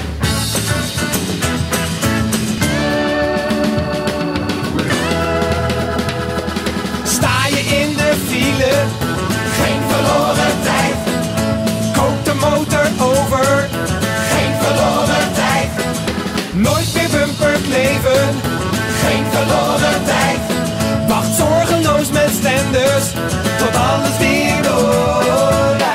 Sta je in de file, geen verloren tijd. Kook de motor over, geen verloren tijd. Nooit meer bumper kleven, geen verloren tijd. Wacht zorgeloos met Stenders, tot alles weer doorrijdt.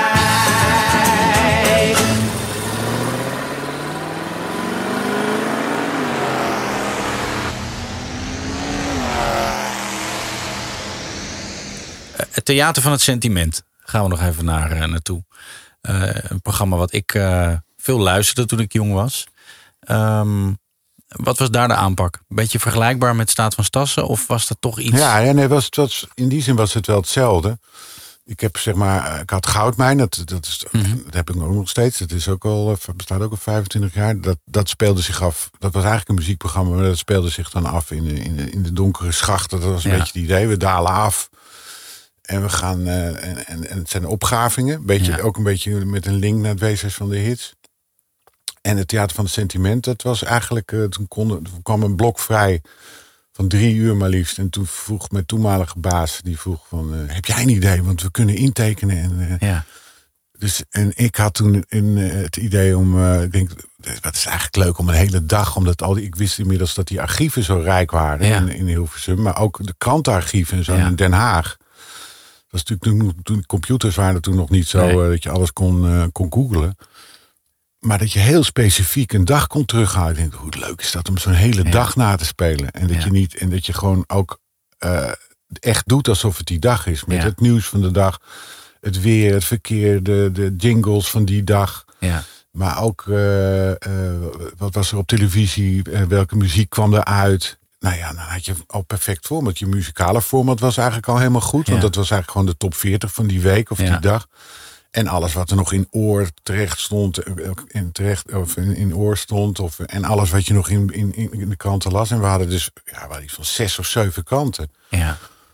Het Theater van het Sentiment. Gaan we nog even naar, uh, naartoe. Uh, een programma wat ik uh, veel luisterde toen ik jong was. Um, wat was daar de aanpak? Beetje vergelijkbaar met Staat van Stassen? Of was dat toch iets... Ja, ja nee, was, was, in die zin was het wel hetzelfde. Ik heb zeg maar, ik had Goudmijn, dat, dat, is, mm-hmm. dat heb ik ook nog steeds. Dat is ook al, bestaat ook al vijfentwintig jaar. Dat, dat speelde zich af. Dat was eigenlijk een muziekprogramma, maar dat speelde zich dan af in de, in de, in de donkere schachten. Dat was een ja. beetje het idee. We dalen af. En we gaan, uh, en, en, en het zijn opgravingen. Beetje, ja. Ook een beetje met een link naar het weeshuis van de hits. En het Theater van het Sentiment, dat was eigenlijk, uh, toen, kon, toen kwam een blok vrij Van drie uur maar liefst. En toen vroeg mijn toenmalige baas, die vroeg van... Uh, heb jij een idee? Want we kunnen intekenen. En, uh, ja. dus, en ik had toen in, uh, het idee om... Uh, ik denk, het is eigenlijk leuk om een hele dag... omdat al die, ik wist inmiddels dat die archieven zo rijk waren ja. in, in Hilversum. Maar ook de krantenarchieven en zo ja. in Den Haag. Dat was natuurlijk toen, toen computers waren er toen nog niet zo... Nee. Uh, dat je alles kon, uh, kon googlen. Maar dat je heel specifiek een dag kon terughalen. Ik denk, hoe leuk is dat om zo'n hele ja. dag na te spelen. En dat ja. je niet en dat je gewoon ook uh, echt doet alsof het die dag is. Met ja. het nieuws van de dag, het weer, het verkeer, de, de jingles van die dag. Ja. Maar ook, uh, uh, wat was er op televisie? Uh, welke muziek kwam eruit? Nou ja, dan had je al perfect format. Je muzikale format was eigenlijk al helemaal goed. Ja. Want dat was eigenlijk gewoon de top veertig van die week of ja. die dag. En alles wat er nog in oor terecht stond, in, terecht, of in, in oor stond, of, en alles wat je nog in, in, in de kranten las. En we hadden dus ja, we hadden iets van zes of zeven kranten. Ja.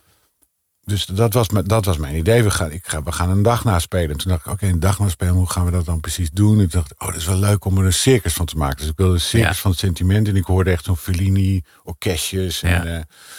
Dus dat was, dat was mijn idee. We gaan, ik ga, we gaan een dag naspelen. En toen dacht ik, oké, okay, een dag naspelen, hoe gaan we dat dan precies doen? En toen dacht ik, oh, dat is wel leuk om er een circus van te maken. Dus ik wilde een circus ja. van het sentiment. En ik hoorde echt zo'n Fellini, orkestjes en... Ja. Uh,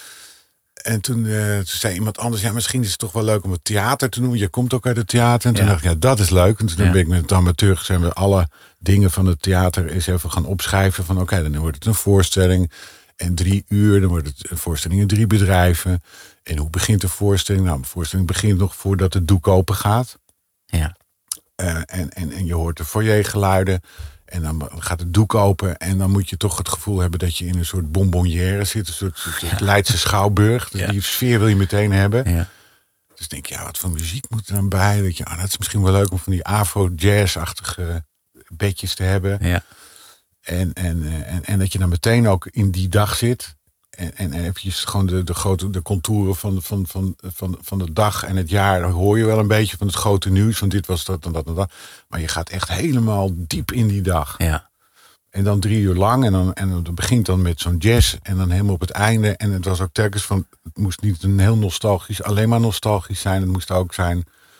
En toen, uh, toen zei iemand anders... ja, misschien is het toch wel leuk om het theater te doen. Je komt ook uit het theater. En toen ja. dacht ik, ja, dat is leuk. En toen ja. ben ik met het amateur... zijn we alle dingen van het theater... eens even gaan opschrijven. Van oké, okay, dan wordt het een voorstelling. En drie uur, dan wordt het een voorstelling in drie bedrijven. En hoe begint de voorstelling? Nou, de voorstelling begint nog voordat het doek open gaat. Ja. Uh, en, en, en je hoort de foyergeluiden... En dan gaat het doek open en dan moet je toch het gevoel hebben... dat je in een soort bonbonnière zit. Een soort, soort ja. Leidse Schouwburg. Dus ja. Die sfeer wil je meteen hebben. Ja. Dus denk je, ja, wat voor muziek moet er dan bij? Dat, je, ah, dat is misschien wel leuk om van die afro-jazz-achtige bedjes te hebben. Ja. En, en, en, en dat je dan meteen ook in die dag zit... En, en eventjes gewoon de, de, grote, de contouren van, van, van, van, van de dag en het jaar... hoor je wel een beetje van het grote nieuws. Van dit was dat en dat en dat. Maar je gaat echt helemaal diep in die dag. Ja. En dan drie uur lang. En dan, en dan begint dan met zo'n jazz. En dan helemaal op het einde. En het was ook telkens van... Het moest niet een heel nostalgisch... alleen maar nostalgisch zijn. Het moest ook zijn...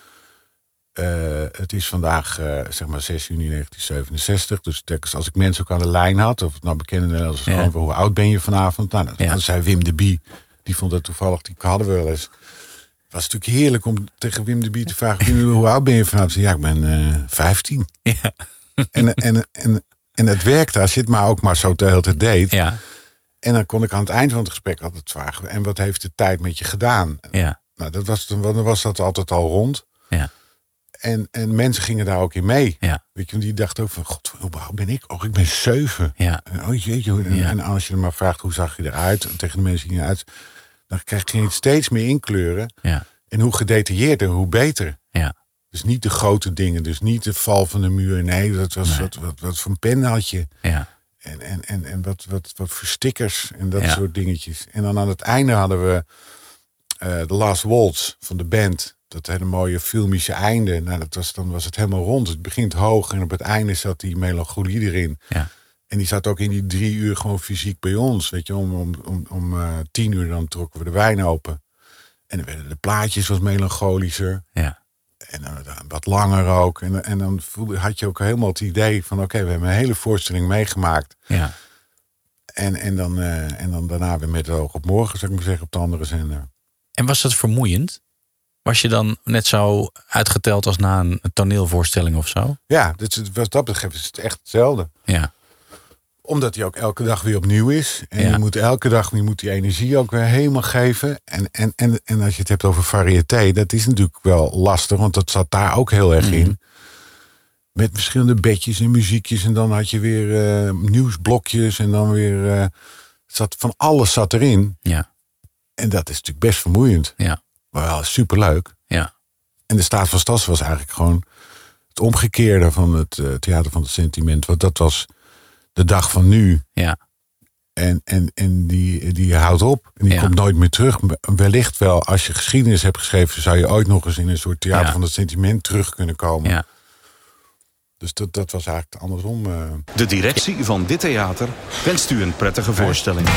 Uh, het is vandaag, uh, zeg maar, zes juni negentien zevenenzestig. Dus telkens als ik mensen ook aan de lijn had... of het nou bekende Nederlanders ja. gewoon... hoe oud ben je vanavond? Nou, dan, ja. dan zei Wim de Bie... die vond dat toevallig... die hadden we wel eens... Het was natuurlijk heerlijk om tegen Wim de Bie te vragen... Wim, hoe oud ben je vanavond? Ja, ik ben uh, vijftien. Ja. En, en, en, en het werkte als je het maar ook maar zo de hele tijd deed. Ja. En dan kon ik aan het eind van het gesprek altijd vragen... en wat heeft de tijd met je gedaan? Ja. Nou, dat was, dan was dat altijd al rond... Ja. En, en mensen gingen daar ook in mee. Ja. Weet je, die dachten ook van, god, hoe oud ben ik? Oh, ik ben zeven. Ja. En, oh jeetje. En, ja. en als je er maar vraagt, hoe zag je eruit? En tegen de mensen die eruit... dan krijg je het steeds meer inkleuren. Ja. En hoe gedetailleerder, hoe beter. Ja. Dus niet de grote dingen. Dus niet de val van de muur. Nee, dat was nee. Wat, wat, wat voor een pen had je. Ja. En, en, en, en wat, wat, wat voor stickers. En dat ja. soort dingetjes. En dan aan het einde hadden we... Uh, The Last Waltz van de band... Dat hele mooie filmische einde. Nou, dat was, dan was het helemaal rond. Het begint hoog en op het einde zat die melancholie erin. Ja. En die zat ook in die drie uur gewoon fysiek bij ons. Weet je, om, om, om, om uh, tien uur dan trokken we de wijn open. En dan werden de plaatjes wat melancholischer. Ja. En uh, wat langer ook. En, en dan voelde, had je ook helemaal het idee van... oké, okay, we hebben een hele voorstelling meegemaakt. Ja. En, en, dan, uh, en dan daarna weer met het oog op morgen, zou ik maar zeggen, op de andere zender. En was dat vermoeiend? Was je dan net zo uitgeteld als na een toneelvoorstelling of zo? Ja, dus wat dat betreft is het echt hetzelfde. Ja. Omdat hij ook elke dag weer opnieuw is. En ja. je moet elke dag je moet die energie ook weer helemaal geven. En, en, en, en als je het hebt over variété, dat is natuurlijk wel lastig. Want dat zat daar ook heel erg in. Mm. Met verschillende bedjes en muziekjes. En dan had je weer uh, nieuwsblokjes. En dan weer... Uh, zat, van alles zat erin. Ja. En dat is natuurlijk best vermoeiend. Ja. Maar wel superleuk. Ja. En de staat van Stassen was eigenlijk gewoon het omgekeerde van het uh, theater van het sentiment. Want dat was de dag van nu. Ja. En, en, en die, die houdt op. En die ja. komt nooit meer terug. Wellicht wel, als je geschiedenis hebt geschreven... zou je ooit nog eens in een soort theater ja. van het sentiment terug kunnen komen. Ja. Dus dat, dat was eigenlijk andersom. Uh... De directie van dit theater wenst u een prettige voorstelling.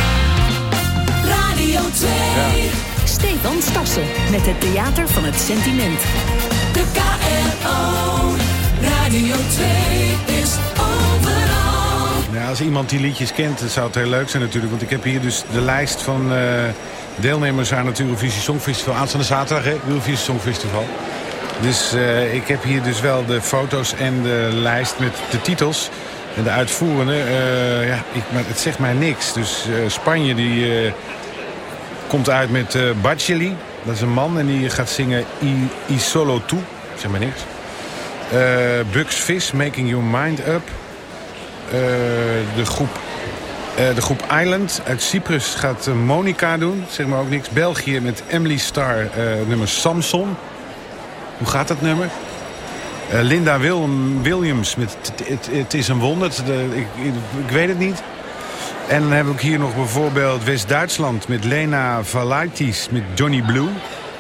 Radio twee. Ja. Stefan Stassen met het Theater van het Sentiment. De K R O. Radio twee is overal. Ja, als iemand die liedjes kent, zou het heel leuk zijn natuurlijk. Want ik heb hier dus de lijst van uh, deelnemers aan het Eurovisie Songfestival. Aanstaande zaterdag, hè? Eurovisie Songfestival. Dus uh, ik heb hier dus wel de foto's en de lijst met de titels. En de uitvoerende, uh, ja, ik, maar het zegt mij niks. Dus uh, Spanje die uh, komt uit met uh, Baceli. Dat is een man en die gaat zingen I, I Solo Tu. Zeg maar niks. Uh, Bugs Fizz, Making Your Mind Up. Uh, de, groep, uh, de groep Island uit Cyprus gaat uh, Monica doen. Zeg maar ook niks. België met Emily Starr, uh, nummer Samson. Hoe gaat dat nummer? Uh, Linda Wil- Williams met Het is een wonder. De, ik, ik, ik weet het niet. En dan heb ik hier nog bijvoorbeeld West-Duitsland met Lena Valaitis met Johnny Blue.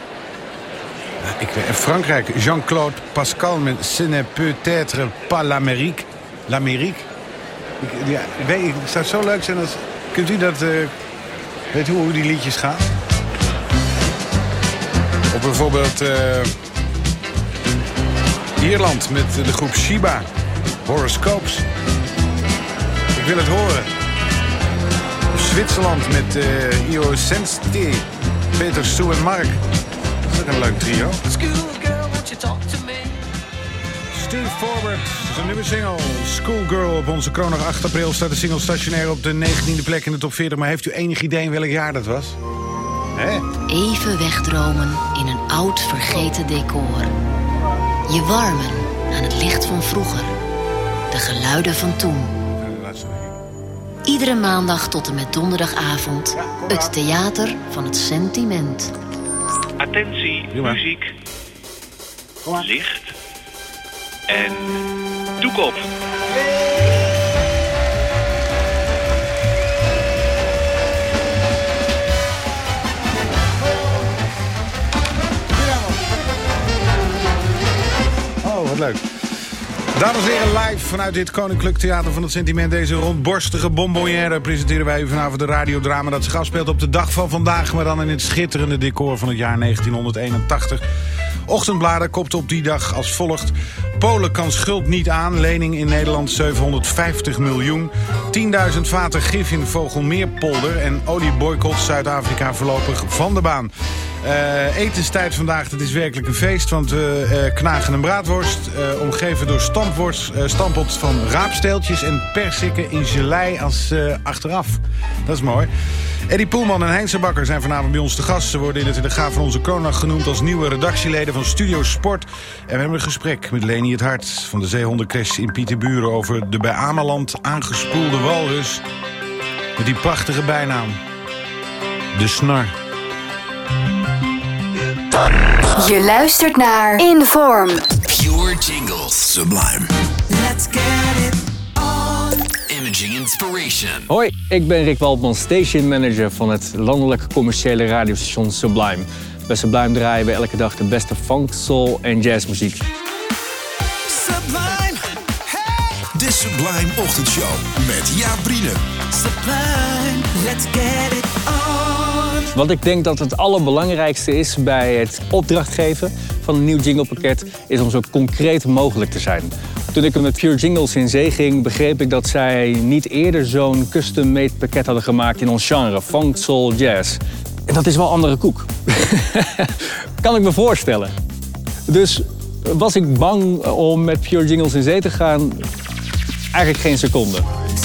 Ik weet, Frankrijk, Jean-Claude Pascal met Ce n'est peut-être pas l'Amérique. L'Amérique. Ik, ja, ik weet, het zou zo leuk zijn als... Kunt u dat... Uh, weet u hoe die liedjes gaan? Of bijvoorbeeld... Uh, Ierland met de groep Shiba. Horoscopes. Ik wil het horen. Zwitserland met uh, Io Sensti. Peter, Sue en Mark. Dat is ook een leuk trio. Steve Forbert, zijn nieuwe single Schoolgirl. Op onze kronig acht april staat de single stationair op de negentiende plek in de top veertig. Maar heeft u enig idee in welk jaar dat was? Hè? Even wegdromen in een oud vergeten decor. Je warmen aan het licht van vroeger. De geluiden van toen. Iedere maandag tot en met donderdagavond. Het theater van het sentiment. Attentie, muziek. Licht. En doek op. Oh, wat leuk. Dames en heren, live vanuit dit Koninklijk Theater van het Sentiment. Deze rondborstige bonbonnière presenteren wij u vanavond de radiodrama dat zich afspeelt op de dag van vandaag, maar dan in het schitterende decor van het jaar negentienhonderdeenentachtig. Ochtendbladen kopte op die dag als volgt. Polen kan schuld niet aan. Lening in Nederland zevenhonderdvijftig miljoen. tienduizend vaten gif in Vogelmeerpolder. En olieboycott Zuid-Afrika voorlopig van de baan. Uh, etenstijd vandaag, dat is werkelijk een feest. Want we uh, knagen een braadworst. Uh, omgeven door stampworst, uh, stampot van raapsteeltjes en persikken in gelei als uh, achteraf. Dat is mooi. Eddie Poelman en Heinze Bakker zijn vanavond bij ons te gast. Ze worden in het in de Gaaf van onze Kroonnacht genoemd als nieuwe redactieleden van Studio Sport. En we hebben een gesprek met Leni het Hart van de Zeehondencrash in Pieterburen over de bij Ameland aangespoelde walrus. Met die prachtige bijnaam. De Snar. Je luistert naar Inform. Pure jingles. Sublime. Let's get it on. Imaging Inspiration. Hoi, ik ben Rick Waldman, station manager van het landelijke commerciële radiostation Sublime. Bij Sublime draaien we elke dag de beste funk, soul en jazzmuziek. Sublime. Hey. De Sublime Ochtendshow met Jaap Brielen. Sublime, let's get it on. Wat ik denk dat het allerbelangrijkste is bij het opdrachtgeven van een nieuw jinglepakket, is om zo concreet mogelijk te zijn. Toen ik met Pure Jingles in zee ging, begreep ik dat zij niet eerder zo'n custom-made pakket hadden gemaakt in ons genre, funk, soul, jazz. En dat is wel andere koek. Kan ik me voorstellen. Dus was ik bang om met Pure Jingles in zee te gaan? Eigenlijk geen seconde.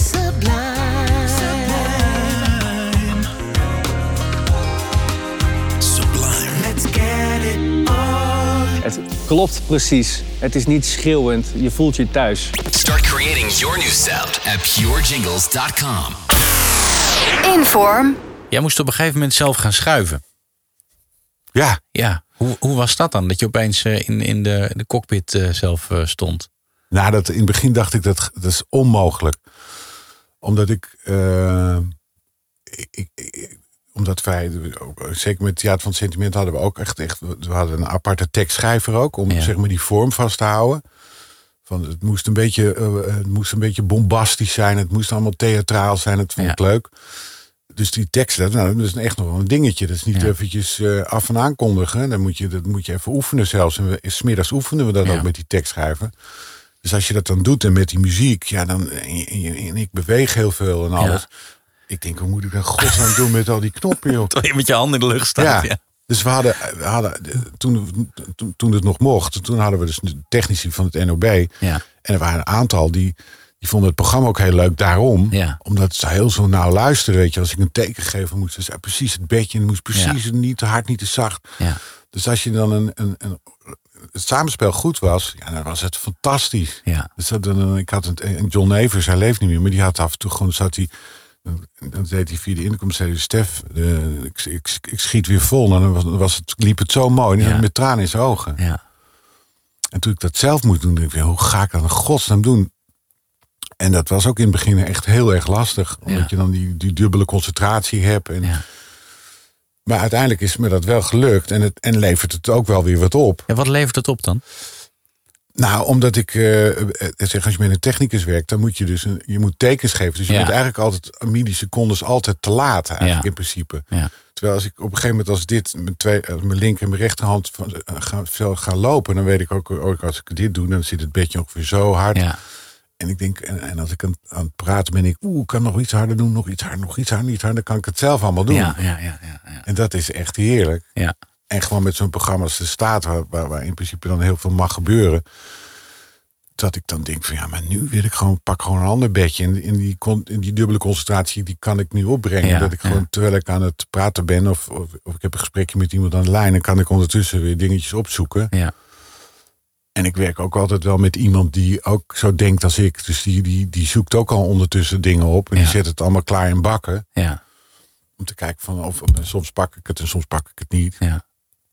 Het klopt precies. Het is niet schreeuwend. Je voelt je thuis. Start creating your new sound at pure jingles dot com. Inform. Jij moest op een gegeven moment zelf gaan schuiven. Ja. Ja. Hoe, hoe was dat dan? Dat je opeens uh, in, in de, de cockpit uh, zelf uh, stond? Nou, dat, in het begin dacht ik dat dat is onmogelijk. Omdat ik... Uh, ik, ik, ik omdat wij, zeker met het Theater van het Sentiment, hadden we ook echt, echt we hadden een aparte tekstschrijver ook, om ja. zeg maar die vorm vast te houden. Van, het moest een beetje, uh, het moest een beetje bombastisch zijn, het moest allemaal theatraal zijn, het vond ik ja. leuk. Dus die teksten, nou, dat is echt nog wel een dingetje. Dat is niet ja. eventjes uh, af en aankondigen. Dan moet je, dat moet je even oefenen zelfs. En we, 's middags oefenden we dat ja. ook met die tekstschrijver. Dus als je dat dan doet en met die muziek, ja, dan en, je, en ik beweeg heel veel en alles. Ja. Ik denk, hoe moet ik dat godsnaam doen met al die knoppen, joh? Terwijl je met je handen in de lucht staat. Ja. ja. Dus we hadden, we hadden toen, toen, toen het nog mocht, toen hadden we dus de technici van het N O B. Ja. En er waren een aantal die, die vonden het programma ook heel leuk daarom. Ja. Omdat ze heel zo nauw luisteren, weet je. Als ik een teken geef, moest ze precies het bedje. En het moest precies ja. niet te hard, niet te zacht. Ja. Dus als je dan een, een, een het samenspel goed was, ja, dan was het fantastisch. Ja. Dus dat, dan, ik had een, John Nevers, hij leeft niet meer, maar die had af en toe gewoon, zat hij, dan deed hij via de inkomst, zei hij, Stef, uh, ik, ik, ik schiet weer vol. En dan was, was het, liep het zo mooi, en ja. met tranen in zijn ogen. Ja. En toen ik dat zelf moest doen, dacht ik, hoe ga ik dat in godsnaam doen? En dat was ook in het begin echt heel erg lastig, omdat ja. je dan die, die dubbele concentratie hebt. En, ja. Maar uiteindelijk is me dat wel gelukt en, het, en levert het ook wel weer wat op. En wat levert het op dan? Nou, omdat ik uh, zeg, als je met een technicus werkt, dan moet je dus een, je moet tekens geven. Dus je ja. bent eigenlijk altijd millisecondes altijd te laat, eigenlijk ja. in principe. Ja. Terwijl als ik op een gegeven moment als dit met twee, als mijn linker en mijn rechterhand van, uh, ga, ga lopen, dan weet ik ook, ook als ik dit doe, dan zit het bedje ongeveer zo hard. Ja. En ik denk, en, en als ik aan, aan het praten ben, ik, oeh, ik kan nog iets harder doen, nog iets harder, nog iets harder, niet harder, dan kan ik het zelf allemaal doen. Ja, ja, ja, ja, ja. En dat is echt heerlijk. Ja. En gewoon met zo'n programma als de staat, waar, waar, waar in principe dan heel veel mag gebeuren, dat ik dan denk van ja, maar nu wil ik gewoon, pak gewoon een ander bedje. En in die, in die dubbele concentratie, die kan ik nu opbrengen. Ja, dat ik gewoon, ja. terwijl ik aan het praten ben, of, of, of ik heb een gesprekje met iemand aan de lijn, dan kan ik ondertussen weer dingetjes opzoeken. Ja. En ik werk ook altijd wel met iemand die ook zo denkt als ik. Dus die, die, die zoekt ook al ondertussen dingen op. En ja. die zet het allemaal klaar in bakken. Ja. Om te kijken van, of soms pak ik het en soms pak ik het niet. Ja.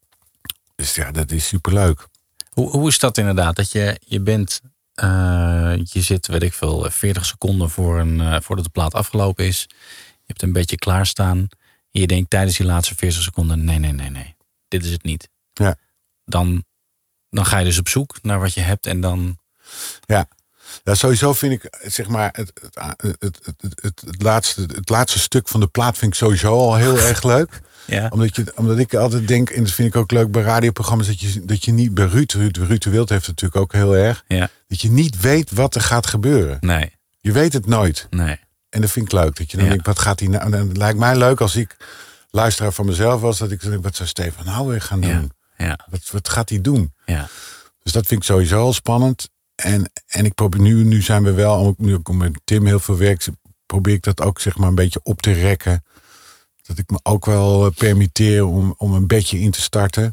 Dus ja, dat is superleuk. Hoe, hoe is dat inderdaad? Dat je, je bent, uh, je zit, weet ik veel, veertig seconden voor een, uh, voordat de plaat afgelopen is. Je hebt een beetje klaarstaan. En je denkt tijdens die laatste veertig seconden, nee, nee, nee, nee. Dit is het niet. Ja. Dan... Dan ga je dus op zoek naar wat je hebt en dan... Ja, ja sowieso vind ik, zeg maar, het, het, het, het, het, het, het, laatste, het laatste stuk van de plaat vind ik sowieso al heel erg leuk. Ja. Omdat, je, omdat ik altijd denk, en dat vind ik ook leuk bij radioprogramma's, dat je, dat je niet bij Ruud, Ruud, Ruud de Wild heeft het natuurlijk ook heel erg, ja. dat je niet weet wat er gaat gebeuren. Nee. Je weet het nooit. Nee. En dat vind ik leuk. Dat je dan ja. denkt, wat gaat hij nou... En het lijkt mij leuk als ik luisteraar van mezelf was, dat ik dan denk, wat zou Stefan nou weer gaan doen? Ja. Ja. Wat, wat gaat hij doen? Ja. Dus dat vind ik sowieso al spannend. En, en ik probeer nu, nu zijn we wel, nu ik met Tim heel veel werk, probeer ik dat ook zeg maar een beetje op te rekken. Dat ik me ook wel permitteer om, om een bedje in te starten.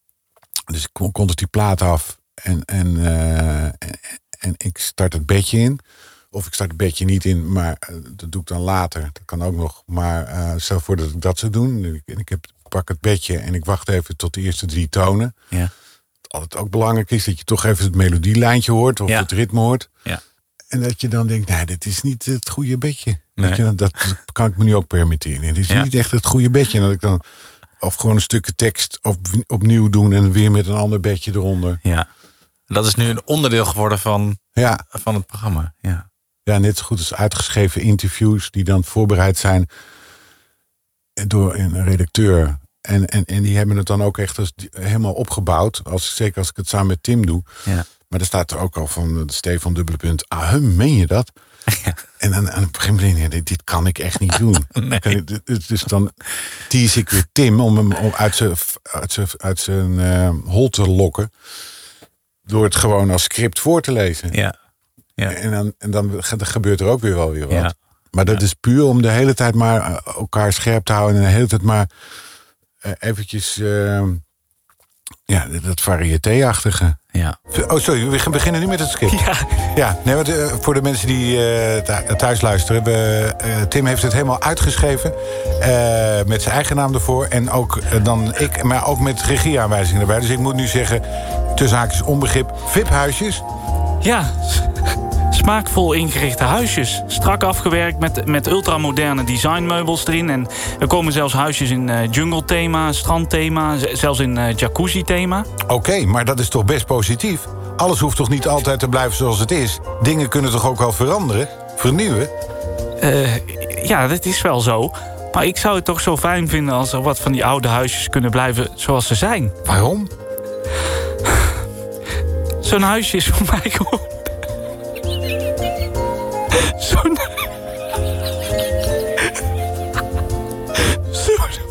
Dus ik kon, kon het die plaat af en, en, uh, en, en ik start het bedje in. Of ik start het bedje niet in, maar uh, dat doe ik dan later. Dat kan ook nog. Maar uh, stel voor dat ik dat zou doen. En ik, en ik heb, pak het bedje en ik wacht even tot de eerste drie tonen. Ja. Altijd ook belangrijk is dat je toch even het melodielijntje hoort of ja. het ritme hoort. Ja. En dat je dan denkt, nee, dit is niet het goede bedje. Nee. Dat, je, dat kan ik me nu ook permitteren. Het is ja. niet echt het goede bedje. En dat ik dan of gewoon een stukje tekst op, opnieuw doen en weer met een ander bedje eronder. Ja, dat is nu een onderdeel geworden van, ja. van het programma. Ja. ja, net zo goed als uitgeschreven interviews die dan voorbereid zijn door een redacteur. En, en, en die hebben het dan ook echt als, helemaal opgebouwd. Als, zeker als ik het samen met Tim doe. Ja. Maar er staat er ook al van Stefan dubbele punt. Ah, hum, meen je dat? Ja. En dan aan het begin denk ik, dit, dit kan ik echt niet doen. Nee. Dus dan tease ik weer Tim om hem om uit zijn, uit zijn, uit zijn uh, hol te lokken. Door het gewoon als script voor te lezen. Ja. Ja. En, dan, en dan gebeurt er ook weer wel weer wat. Ja. Maar dat ja. is puur om de hele tijd maar elkaar scherp te houden. En de hele tijd maar uh, eventjes... Uh, ja, dat variété-achtige. Ja. Oh, sorry, we gaan beginnen nu met het script. Ja. Ja, nee, want, uh, voor de mensen die uh, thuis luisteren. We, uh, Tim heeft het helemaal uitgeschreven. Uh, met zijn eigen naam ervoor. En ook uh, dan ik, maar ook met regieaanwijzingen erbij. Dus ik moet nu zeggen, tussen haakjes onbegrip, V I P-huisjes. Ja, smaakvol ingerichte huisjes. Strak afgewerkt met, met ultramoderne designmeubels erin. En er komen zelfs huisjes in uh, jungle-thema, strandthema, zelfs in uh, jacuzzi-thema. Oké, okay, maar dat is toch best positief? Alles hoeft toch niet altijd te blijven zoals het is? Dingen kunnen toch ook wel veranderen, vernieuwen? Uh, ja, dat is wel zo. Maar ik zou het toch zo fijn vinden als er wat van die oude huisjes kunnen blijven zoals ze zijn. Waarom? Zo'n huisje is voor mij gewoon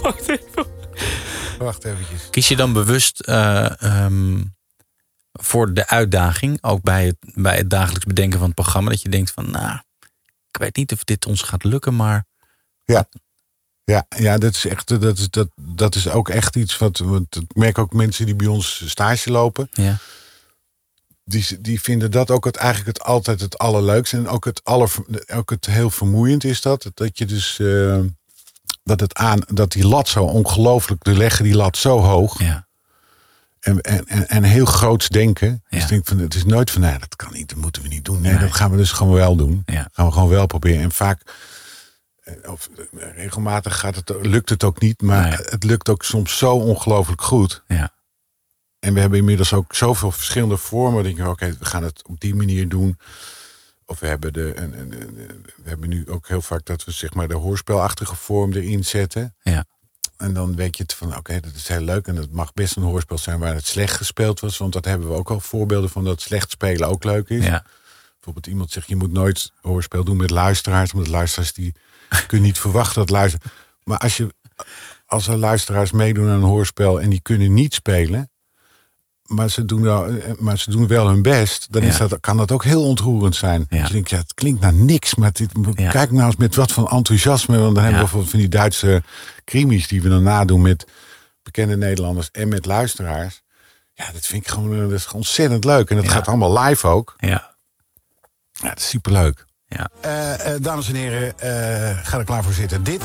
Wacht even. Wacht eventjes. Kies je dan bewust uh, um, voor de uitdaging, ook bij het, bij het dagelijks bedenken van het programma, dat je denkt van, nou, ik weet niet of dit ons gaat lukken, maar... Ja, ja, ja dat, is echt, dat, is, dat, dat is ook echt iets wat... Want ik merk ook mensen die bij ons stage lopen. Ja. Die, die vinden dat ook het, eigenlijk het, altijd het allerleukste. En ook het, aller, ook het heel vermoeiend is dat. Dat je dus... Uh, dat, het aan, dat die lat zo ongelooflijk... We leggen die lat zo hoog. Ja. En, en, en, en heel groots denken. Ja. Dus ik denk van, het is nooit van... Nee, dat kan niet, dat moeten we niet doen. Nee, nee. dat gaan we dus gewoon wel doen. Ja. Gaan we gewoon wel proberen. En vaak... Of, regelmatig gaat het, lukt het ook niet. Maar nee. Het lukt ook soms zo ongelooflijk goed. Ja. En we hebben inmiddels ook zoveel verschillende vormen. Dat ik denk, oké, okay, we gaan het op die manier doen. Of we hebben, de, een, een, een, we hebben nu ook heel vaak dat we zeg maar de hoorspelachtige vorm erin zetten. Ja. En dan weet je het van, oké, okay, dat is heel leuk. En het mag best een hoorspel zijn waar het slecht gespeeld was. Want dat hebben we ook al voorbeelden van dat slecht spelen ook leuk is. Ja. Bijvoorbeeld iemand zegt, je moet nooit hoorspel doen met luisteraars. Want luisteraars die kun je niet verwachten dat luisteren. Maar als, je, als er luisteraars meedoen aan een hoorspel en die kunnen niet spelen... Maar ze, doen wel, maar ze doen wel hun best. Dan is ja. dat, kan dat ook heel ontroerend zijn. Ja. Dus je denkt, ja, het klinkt naar niks. Maar dit, ja. kijk nou eens met wat van enthousiasme. Want dan hebben we bijvoorbeeld van die Duitse krimis... die we dan nadoen met bekende Nederlanders en met luisteraars. Ja, dat vind ik gewoon, dat is ontzettend leuk. En dat ja. gaat allemaal live ook. Ja, ja dat is superleuk. Ja. Uh, uh, dames en heren, uh, ga er klaar voor zitten. Dit...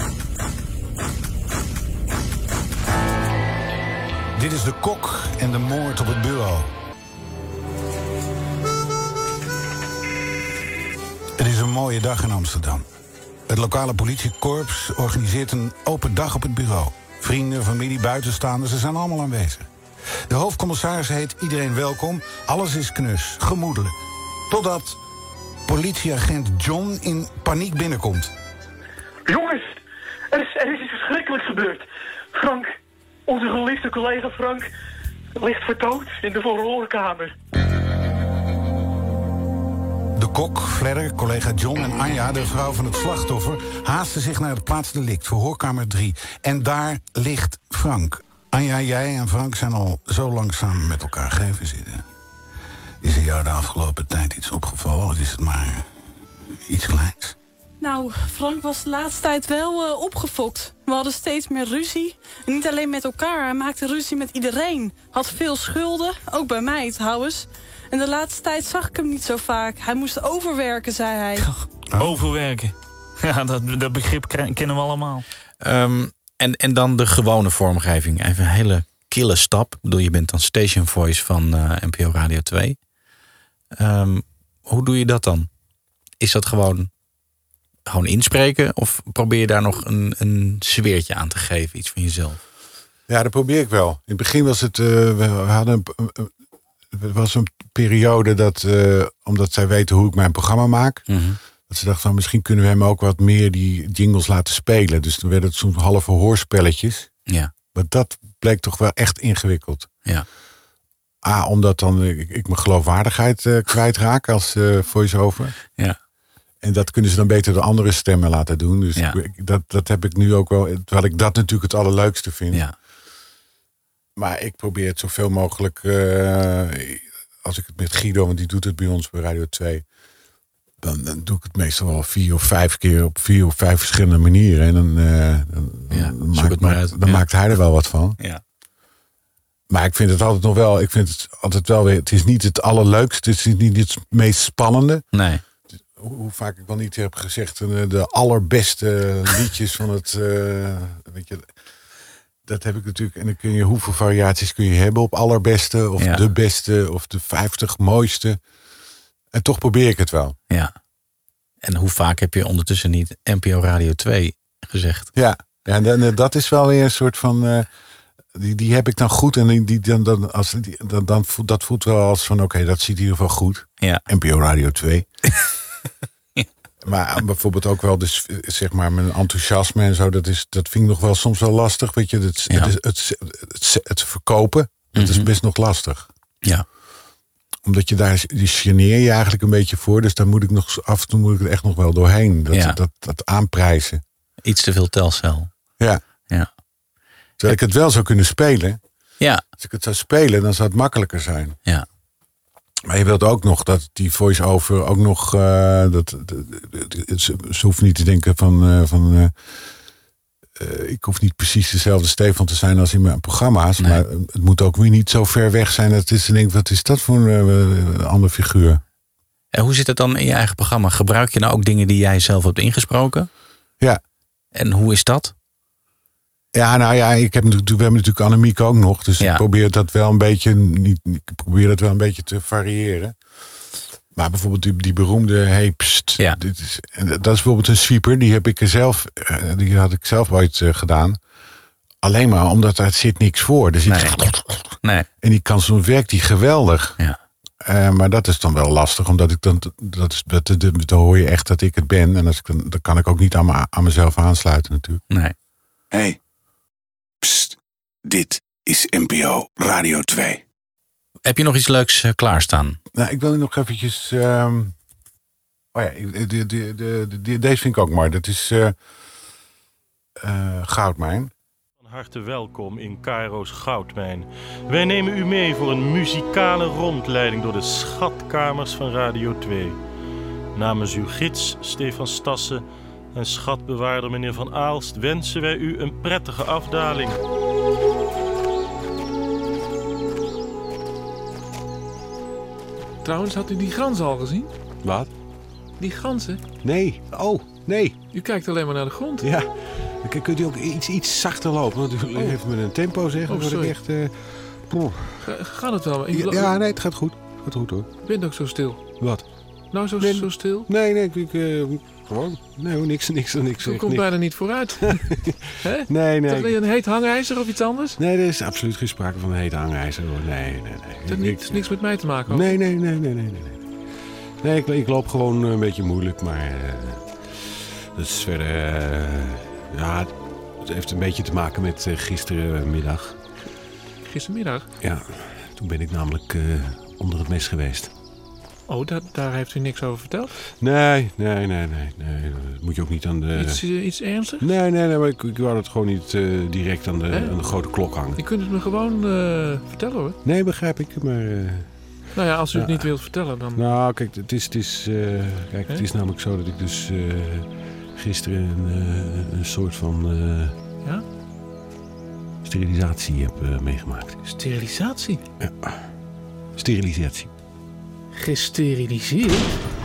Dit is de kok en de moord op het bureau. Het is een mooie dag in Amsterdam. Het lokale politiekorps organiseert een open dag op het bureau. Vrienden, familie, buitenstaanders, ze zijn allemaal aanwezig. De hoofdcommissaris heet iedereen welkom. Alles is knus, gemoedelijk. Totdat politieagent John in paniek binnenkomt. Jongens, er is, er is iets verschrikkelijks gebeurd. Frank... Onze geliefde collega Frank ligt verdood in de verhoorkamer. De kok, Fledder, collega John en Anja, de vrouw van het slachtoffer... haasten zich naar het plaatsdelict, verhoorkamer drie. En daar ligt Frank. Anja, jij en Frank zijn al zo lang samen met elkaar geven zitten. Is er jou de afgelopen tijd iets opgevallen? Of is het maar iets kleins? Nou, Frank was de laatste tijd wel uh, opgefokt. We hadden steeds meer ruzie. En niet alleen met elkaar, hij maakte ruzie met iedereen. Had veel schulden, ook bij mij trouwens. En de laatste tijd zag ik hem niet zo vaak. Hij moest overwerken, zei hij. Oh. Overwerken? Ja, dat, dat begrip kennen we allemaal. Um, en, en dan de gewone vormgeving. Even een hele kille stap. Ik bedoel, je bent dan station voice van uh, N P O Radio twee. Um, hoe doe je dat dan? Is dat gewoon... Gewoon inspreken? Of probeer je daar nog een, een sfeertje aan te geven? Iets van jezelf? Ja, dat probeer ik wel. In het begin was het... Uh, we hadden een, het was een periode dat... Uh, omdat zij weten hoe ik mijn programma maak... Mm-hmm. dat ze dachten van misschien kunnen we hem ook wat meer die jingles laten spelen. Dus dan werden het soms halve hoorspelletjes. Ja. Maar dat bleek toch wel echt ingewikkeld. Ja. A, omdat dan ik, ik mijn geloofwaardigheid uh, kwijtraak als uh, voice-over. Ja. En dat kunnen ze dan beter door andere stemmen laten doen. Dus ja. ik, dat, dat heb ik nu ook wel... Terwijl ik dat natuurlijk het allerleukste vind. Ja. Maar ik probeer het zoveel mogelijk... Uh, als ik het met Guido, want die doet het bij ons bij Radio twee... Dan, dan doe ik het meestal wel vier of vijf keer... op vier of vijf verschillende manieren. En dan, uh, dan, ja, dan, maakt, maakt, dan ja. maakt hij er wel wat van. Ja. Maar ik vind het altijd nog wel... Ik vind het altijd wel weer... Het is niet het allerleukste. Het is niet het meest spannende. Nee. Hoe vaak ik wel niet heb gezegd... de allerbeste liedjes van het... Uh, weet je, dat heb ik natuurlijk... En dan kun je... Hoeveel variaties kun je hebben op allerbeste... of ja. de beste... of de vijftig mooiste. En toch probeer ik het wel. Ja. En hoe vaak heb je ondertussen niet N P O Radio twee gezegd? Ja. Ja, en dat is wel weer een soort van... Uh, die, die heb ik dan goed. En die, die, dan, dan, als, die, dan, dan voelt, dat voelt wel als van... Oké, okay, dat ziet in ieder geval goed. Ja. N P O Radio twee. Maar bijvoorbeeld ook wel dus, zeg maar, mijn enthousiasme en zo, dat, is, dat vind ik nog wel soms wel lastig. Weet je, het, ja. het, het, het, het verkopen, dat mm-hmm. is best nog lastig. Ja. Omdat je daar, die geneer je eigenlijk een beetje voor. Dus daar moet ik nog, af en toe moet ik er echt nog wel doorheen. Dat, ja. dat, dat aanprijzen. Iets te veel telcel. Ja. Ja. Terwijl ik het wel zou kunnen spelen. Ja. Als ik het zou spelen, dan zou het makkelijker zijn. Ja. Maar je wilt ook nog dat die voice-over ook nog... Uh, dat, ze, ze hoeft niet te denken van... Uh, van uh, uh, ik hoef niet precies dezelfde Stefan te zijn als in mijn programma's. Nee. Maar het moet ook weer niet zo ver weg zijn. Dat is te denken, wat is dat voor een uh, andere figuur? En hoe zit het dan in je eigen programma? Gebruik je nou ook dingen die jij zelf hebt ingesproken? Ja. En hoe is dat? Ja, nou ja, ik heb, we hebben natuurlijk Annemiek ook nog. Dus ja. ik probeer dat wel een beetje niet, ik probeer dat wel een beetje te variëren. Maar bijvoorbeeld die, die beroemde hey, pst, ja. dit is, en dat is bijvoorbeeld een sweeper. Die heb ik er zelf, die had ik zelf ooit uh, gedaan. Alleen maar omdat er zit niks voor. Er zit nee. nee. En die kan soms werkt die geweldig. Ja. Uh, maar dat is dan wel lastig, omdat ik dan dat is dat, dat, dan hoor je echt dat ik het ben. En als ik dan, dan kan ik ook niet aan, me, aan mezelf aansluiten natuurlijk. Nee. Hey. Psst, dit is N P O Radio twee. Heb je nog iets leuks uh, klaarstaan? Nou, ik wil nog eventjes... Um... Oh ja, de, de, de, de, de, deze vind ik ook mooi. Dat is uh, uh, Goudmijn. Van harte welkom in Cairo's Goudmijn. Wij nemen u mee voor een muzikale rondleiding door de schatkamers van Radio twee. Namens uw gids Stefan Stassen en schatbewaarder meneer Van Aalst wensen wij u een prettige afdaling. Trouwens, had u die ganzen al gezien? Wat? Die ganzen? Nee. Oh, nee. U kijkt alleen maar naar de grond. Ja. Dan kunt u ook iets, iets zachter lopen. Want u oh. heeft me een tempo zeggen. Oh, sorry. Ik echt, uh, Ga, gaat het wel? Ja, ja, nee, het gaat goed. Het gaat goed hoor. Je bent ook zo stil. Wat? Nou, zo, nee, zo stil? Nee, nee, ik... ik uh, Gewoon, nee hoor, niks, niks, niks. Dat komt bijna niet vooruit. nee, nee. Is dat een heet hangijzer of iets anders? Nee, er is absoluut geen sprake van een heet hangijzer hoor. Nee, nee, nee. Het heeft niet, ik, niks met mij te maken hoor. Nee, nee, nee, nee, nee, nee. Nee, ik, ik loop gewoon een beetje moeilijk, maar uh, dat is verder... Uh, ja, het heeft een beetje te maken met uh, gisterenmiddag. Gistermiddag? Ja, toen ben ik namelijk uh, onder het mes geweest. Oh, daar, daar heeft u niks over verteld? Nee, nee, nee, nee. nee. Dat moet je ook niet aan de... Iets, uh, iets ernstigs? Nee, nee, nee, maar ik, ik wou het gewoon niet uh, direct aan de, aan de grote klok hangen. Je kunt het me gewoon uh, vertellen hoor. Nee, begrijp ik, maar... Uh, nou ja, als u ja. het niet wilt vertellen, dan... Nou, kijk, het is, het is, uh, kijk, het is namelijk zo dat ik dus uh, gisteren een, uh, een soort van... Uh, ja? Sterilisatie heb uh, meegemaakt. Sterilisatie? Ja, sterilisatie. Gesteriliseerd?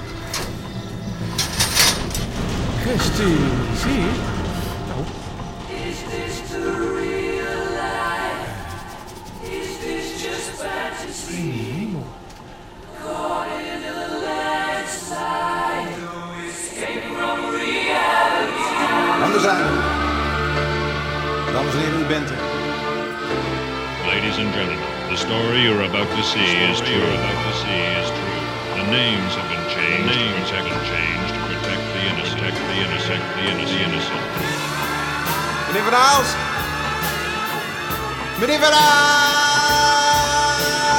Gesteriliseerd? Oh. Is this the real life? Is this just fantasy? Hemel. Caught in a landslide. No escape from reality. En daar zijn we. Dames en heren, u bent er. Ladies and gentlemen, the story you're about to see is true. About to see is true. The names have been changed. The names have been changed to protect the innocent. Protect the innocent. The innocent. The innocent. Meneer Van Aalst! Meneer Van Aalst!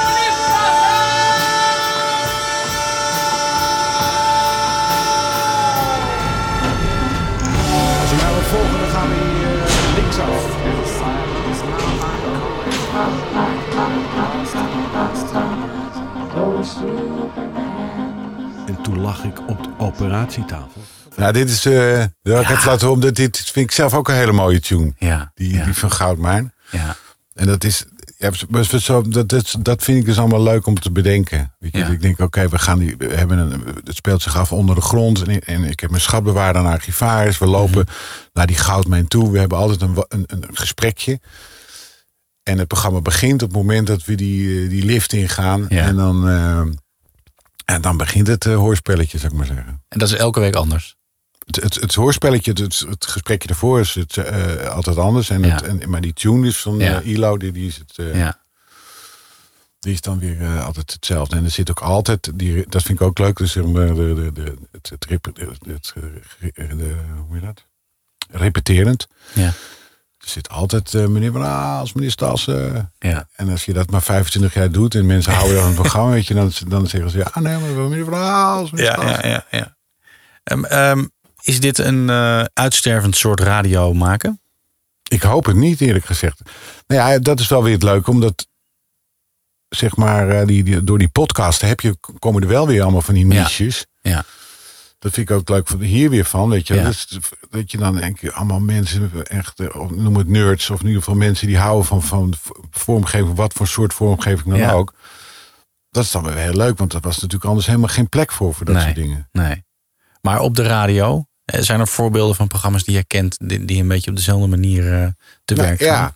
Als we mij wat volgen, dan gaan we hier uh, linksaf. En toen lag ik op de operatietafel. Nou, dit is... Uh, ja. Ik heb laten horen, dit vind ik zelf ook een hele mooie tune. Ja. Die, ja. die van Goudmijn. Ja. En dat is... Ja, dat, dat, dat vind ik dus allemaal leuk om te bedenken. Weet je? Ja. Ik denk, oké, okay, we gaan die, we hebben een, het speelt zich af onder de grond. En, en ik heb mijn schatbewaarder en archivaris. We lopen mm-hmm. naar die Goudmijn toe. We hebben altijd een, een, een gesprekje. En het programma begint op het moment dat we die, die lift ingaan. Ja. En, dan, uh, en dan begint het uh, hoorspelletje, zou ik maar zeggen. En dat is elke week anders? Het, het, het hoorspelletje, het, het gesprekje daarvoor is het, uh, altijd anders. En ja. het, en, maar die tune is van ja. uh, Ilo, die, die is het... Uh, ja. Die is dan weer uh, altijd hetzelfde. En er zit ook altijd, die, dat vind ik ook leuk, dus, uh, de, de, de, het, het, het, het, de, hoe heet dat? Repeterend. Ja. Er zit altijd uh, meneer Van Aalst, meneer Stassen. Uh, ja. En als je dat maar vijfentwintig jaar doet en mensen houden aan het programma, weet je, dan, dan zeggen ze, ja, nee, maar meneer Van Aalst, meneer ja, ja, ja, ja. Um, um, is dit een uh, uitstervend soort radio maken? Ik hoop het niet, eerlijk gezegd. Nou ja, dat is wel weer het leuke, omdat zeg maar, die, die, door die podcast heb je, komen er wel weer allemaal van die niches. Ja. ja. Dat vind ik ook leuk van hier weer van, weet je. Ja. Dat, dat je dan denk je allemaal mensen, echt, of noem het nerds, of in ieder geval mensen die houden van, van vormgeving, wat voor soort vormgeving dan ja. ook. Dat is dan weer heel leuk, want dat was natuurlijk anders helemaal geen plek voor, voor dat nee, soort dingen. Nee. Maar op de radio, zijn er voorbeelden van programma's die je kent, die, die een beetje op dezelfde manier uh, te nou, werk gaan?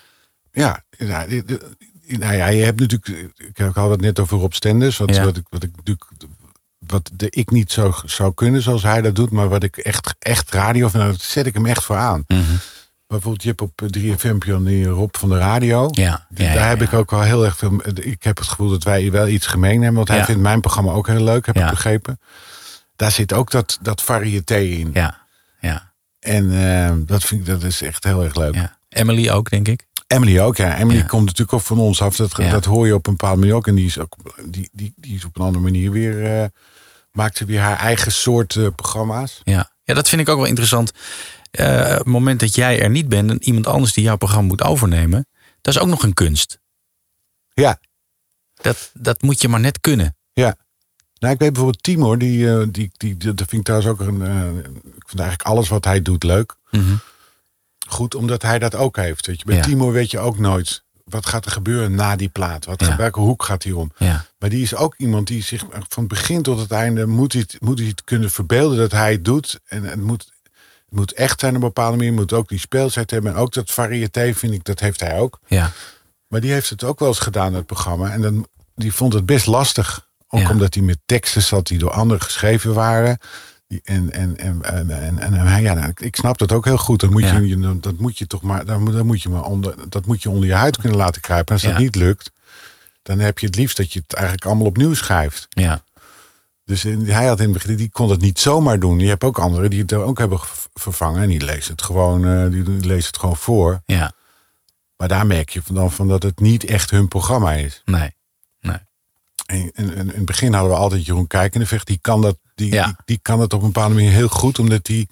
Ja, ja. ja die, die, nou ja, je hebt natuurlijk, ik had het net over Rob Stenders, wat, ja. wat ik, wat ik natuurlijk, wat de, ik niet zo zou kunnen zoals hij dat doet, maar wat ik echt, echt radio vind, nou, dat zet ik hem echt voor aan. Mm-hmm. Bijvoorbeeld, je hebt op drie F M pionier Rob van de radio. Ja, ja, Daar ja, heb ja. ik ook wel heel erg veel. Ik heb het gevoel dat wij wel iets gemeen hebben, want hij ja. vindt mijn programma ook heel leuk, heb ja. ik begrepen. Daar zit ook dat, dat variété in. Ja, ja. En uh, dat vind ik, dat is echt heel erg leuk. Ja. Emily ook, denk ik. Emily ook, ja. Emily ja. komt natuurlijk ook van ons af. Dat, ja. dat hoor je op een bepaalde manier ook. En die is ook die, die, die is op een andere manier weer. Uh, maakt ze weer haar eigen soort uh, programma's. Ja. ja, dat vind ik ook wel interessant. Uh, op het moment dat jij er niet bent en iemand anders die jouw programma moet overnemen, dat is ook nog een kunst. Ja. Dat, dat moet je maar net kunnen. Ja. Nou, ik weet bijvoorbeeld Timor, die, uh, die, die, die, dat vind ik trouwens ook een. Uh, ik vind eigenlijk alles wat hij doet leuk. Mm-hmm. Goed, omdat hij dat ook heeft. Weet je. Bij ja. Timor weet je ook nooit wat gaat er gebeuren na die plaat. Wat, ja. Welke hoek gaat hij om? Ja. Maar die is ook iemand die zich van het begin tot het einde moet hij het, moet hij het kunnen verbeelden dat hij het doet. En het moet, het moet echt zijn op een bepaalde manier. Moet ook die speelsheid hebben. En ook dat variété vind ik, dat heeft hij ook. Ja. Maar die heeft het ook wel eens gedaan, het programma. En dan, die vond het best lastig. Ook ja. omdat hij met teksten zat die door anderen geschreven waren. En, en, en, en, en, en ja, nou, ik snap dat ook heel goed. Dan moet ja. je, dat moet je toch maar, dan moet je maar onder, dat moet je onder je huid kunnen laten kruipen. En als ja. dat niet lukt, dan heb je het liefst dat je het eigenlijk allemaal opnieuw schrijft. Ja. Dus hij had in het begin, die kon het niet zomaar doen. Je hebt ook anderen die het ook hebben vervangen. En die lezen het gewoon, die lezen het gewoon voor. Ja. Maar daar merk je dan van dat het niet echt hun programma is. Nee. nee. En, en, en in het begin hadden we altijd Jeroen Kijkendevecht. Die kan dat, die, ja. die, die kan het op een bepaalde manier heel goed, omdat die,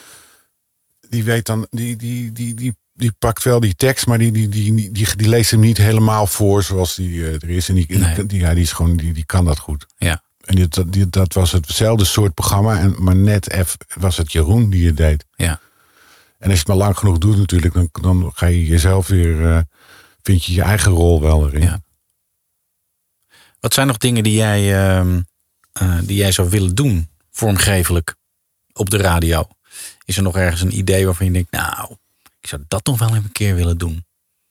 die weet dan, die, die, die, die, die pakt wel die tekst, maar die, die, die, die, die, die leest hem niet helemaal voor zoals die uh, er is. En die, nee. die, die, ja, die is gewoon, die, die kan dat goed. Ja. En die, dat, die, dat was hetzelfde soort programma, en, maar net F was het Jeroen die het deed. Ja. En als je het maar lang genoeg doet natuurlijk, dan, dan ga je jezelf weer, uh, vind je je eigen rol wel erin. Ja. Wat zijn nog dingen die jij, uh, uh, die jij zou willen doen, vormgevelijk, op de radio? Is er nog ergens een idee waarvan je denkt, nou, ik zou dat nog wel een keer willen doen?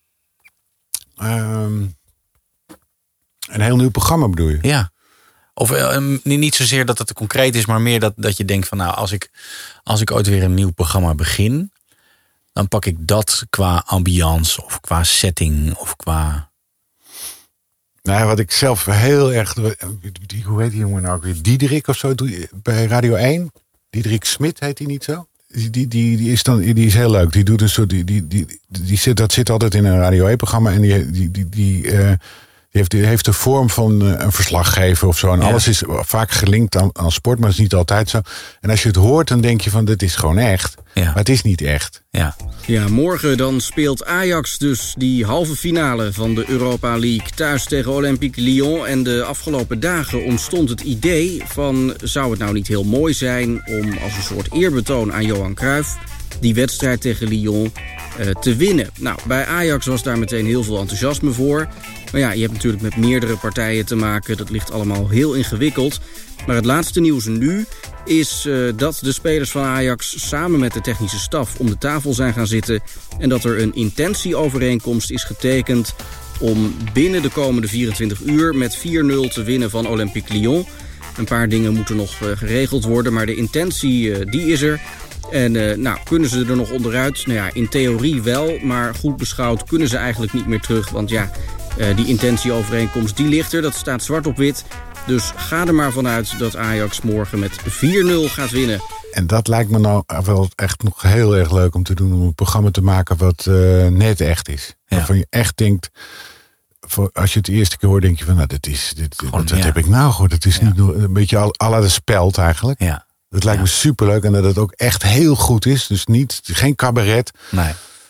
Um, een heel nieuw programma bedoel je? Ja. Of uh, niet zozeer dat het concreet is, maar meer dat, dat je denkt van, nou, als ik, als ik ooit weer een nieuw programma begin, dan pak ik dat qua ambiance of qua setting of qua... Nou, wat ik zelf heel erg... Die, hoe heet die jongen nou ook weer? Diederik of zo, bij Radio één. Diederik Smit heet hij niet zo? Die, die, die, die, is dan, die is heel leuk. Die doet een soort... Die, die, die, die zit, dat zit altijd in een Radio één-programma. En die, die, die, die, uh, die, heeft, die heeft de vorm van uh, een verslaggever of zo. En ja. alles is vaak gelinkt aan, aan sport, maar het is niet altijd zo. En als je het hoort, dan denk je van, dit is gewoon echt. Ja. Maar het is niet echt. Ja. Ja, morgen dan speelt Ajax dus die halve finale van de Europa League thuis tegen Olympique Lyon. En de afgelopen dagen ontstond het idee van, zou het nou niet heel mooi zijn om als een soort eerbetoon aan Johan Cruijff die wedstrijd tegen Lyon uh, te winnen. Nou, bij Ajax was daar meteen heel veel enthousiasme voor. Maar ja, je hebt natuurlijk met meerdere partijen te maken. Dat ligt allemaal heel ingewikkeld. Maar het laatste nieuws nu is uh, dat de spelers van Ajax samen met de technische staf om de tafel zijn gaan zitten. En dat er een intentieovereenkomst is getekend om binnen de komende vierentwintig uur met vier nul te winnen van Olympique Lyon. Een paar dingen moeten nog uh, geregeld worden, maar de intentie uh, die is er. En uh, nou, kunnen ze er nog onderuit? Nou ja, in theorie wel, maar goed beschouwd kunnen ze eigenlijk niet meer terug. Want ja, uh, die intentieovereenkomst die ligt er, dat staat zwart op wit. Dus ga er maar vanuit dat Ajax morgen met vier nul gaat winnen. En dat lijkt me nou wel echt nog heel erg leuk om te doen, om een programma te maken wat uh, net echt is. Ja. Waarvan je echt denkt, voor, als je het de eerste keer hoort, denk je van, nou, dit is, dit, Gewoon, wat, wat ja. heb ik nou gehoord? Het is ja. niet een beetje à la de Speld eigenlijk. Ja. Dat lijkt ja. me superleuk en dat het ook echt heel goed is. Dus niet, geen cabaret. Nee.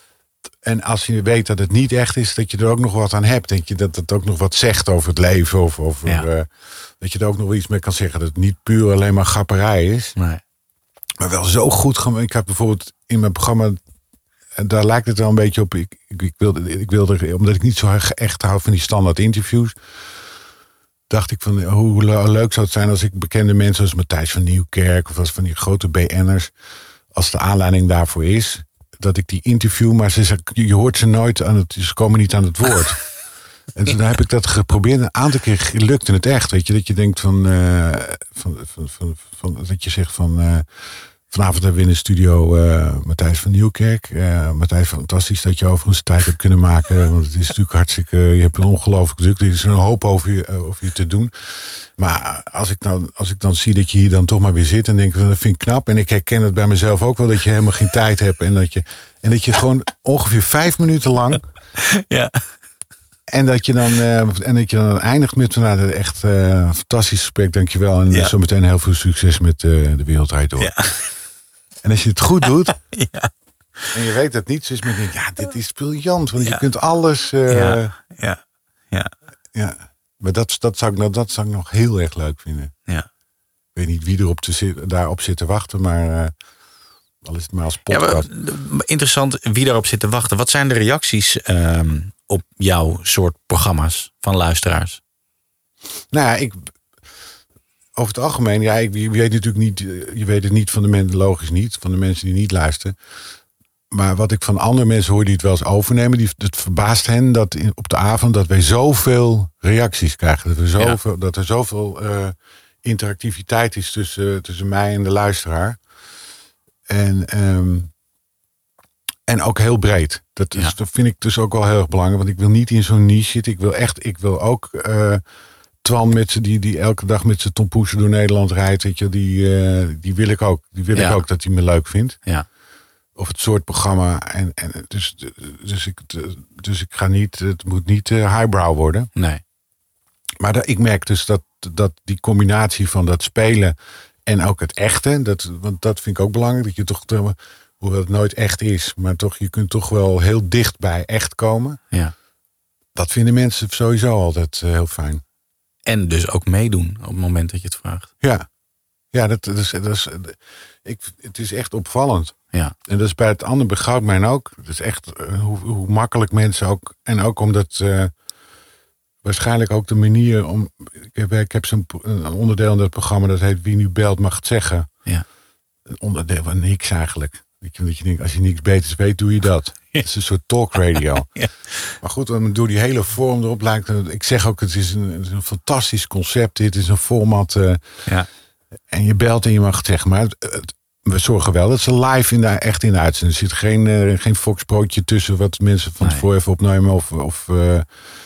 En als je weet dat het niet echt is, dat je er ook nog wat aan hebt. Dat je dat het ook nog wat zegt over het leven. Of over, Ja. uh, dat je er ook nog wel iets mee kan zeggen. Dat het niet puur alleen maar grapperij is. Nee. Maar wel zo goed gemaakt. Ik heb bijvoorbeeld in mijn programma, en daar lijkt het wel een beetje op. Ik, ik, ik, wilde, ik wilde, omdat ik niet zo erg echt hou van die standaard interviews, dacht ik van hoe le- leuk zou het zijn als ik bekende mensen zoals Matthijs van Nieuwkerk of als van die grote B N'ers, als de aanleiding daarvoor is, dat ik die interview, maar ze, je hoort ze nooit aan het, ze komen niet aan het woord. En toen heb ik dat geprobeerd. Een aantal keer gelukt in het echt. Weet je, dat je denkt van, uh, van, van, van, van dat je zegt van, uh, vanavond hebben we in de studio uh, Matthijs van Nieuwkerk. Uh, Matthijs, fantastisch dat je overigens tijd hebt kunnen maken. Want het is natuurlijk hartstikke, je hebt een ongelooflijk druk. Er is een hoop over je, uh, over je te doen. Maar als ik, dan, als ik dan zie dat je hier dan toch maar weer zit en denk, dat vind ik knap. En ik herken het bij mezelf ook wel, dat je helemaal geen tijd hebt. En dat je, en dat je gewoon ongeveer vijf minuten lang... Ja. En dat je dan, uh, en dat je dan eindigt met nou, echt uh, fantastisch gesprek, dankjewel. En Ja. zo meteen heel veel succes met uh, de Wereld Draait Door. Ja. En als je het goed doet, Ja. en je weet het niet, dus men denkt, ja, dit is briljant. Want Ja. je kunt alles... Uh, Ja. Ja. Ja. ja. Maar dat, dat, zou ik, nog- dat zou ik nog heel erg leuk vinden. Ja. Ik weet niet wie erop te zit, daarop zit te wachten, maar uh, al is het maar als Ja, podcast. maar, interessant wie daarop zit te wachten. Wat zijn de reacties ehm, op jouw soort programma's van luisteraars? Nou ja, ik, over het algemeen, ja, ik, je weet natuurlijk niet, je weet het niet van de mensen, logisch niet, van de mensen die niet luisteren. Maar wat ik van andere mensen hoor die het wel eens overnemen, die, het verbaast hen dat in, op de avond dat wij zoveel reacties krijgen. Dat, we zoveel, ja. dat er zoveel uh, interactiviteit is tussen, tussen mij en de luisteraar. En, um, en ook heel breed. Dat, is, ja. dat vind ik dus ook wel heel erg belangrijk. Want ik wil niet in zo'n niche zitten. Ik wil echt, ik wil ook uh, Twan met z'n die, die elke dag met zijn tompoesen door Nederland rijdt. Weet je, die, uh, die wil ik ook. Die wil ja. ik ook dat hij me leuk vindt. Ja. Of het soort programma. En, en dus, dus, ik, dus ik ga niet, het moet niet uh, highbrow worden. Nee. Maar dat, ik merk dus dat, dat die combinatie van dat spelen en ook het echte, dat, want dat vind ik ook belangrijk, dat je toch, hoewel het nooit echt is, maar toch, je kunt toch wel heel dicht bij echt komen. Ja. Dat vinden mensen sowieso altijd uh, heel fijn. En dus ook meedoen op het moment dat je het vraagt. Ja, ja dat, dat is, dat is, ik, het is echt opvallend. Ja. En dat is bij het andere bij Goudmijn ook. Het is echt uh, hoe, hoe makkelijk mensen ook, en ook omdat uh, waarschijnlijk ook de manier om, ik heb, ik heb zo'n een onderdeel in dat programma dat heet Wie nu belt mag het zeggen. Ja. Een onderdeel van niks eigenlijk. Dat je, dat je denkt, als je niks beters weet, doe je dat. Ja. Het is een soort talkradio. Ja. Maar goed, door die hele vorm erop lijkt, ik zeg ook, het is een, het is een fantastisch concept. Dit is een format. Uh, ja. En je belt en je mag het zeggen. Maar het, het, we zorgen wel dat ze live in de, echt in de uitzending. Er zit geen, uh, geen foxbroodje tussen wat mensen van nee. tevoren even opnemen. Of, of uh,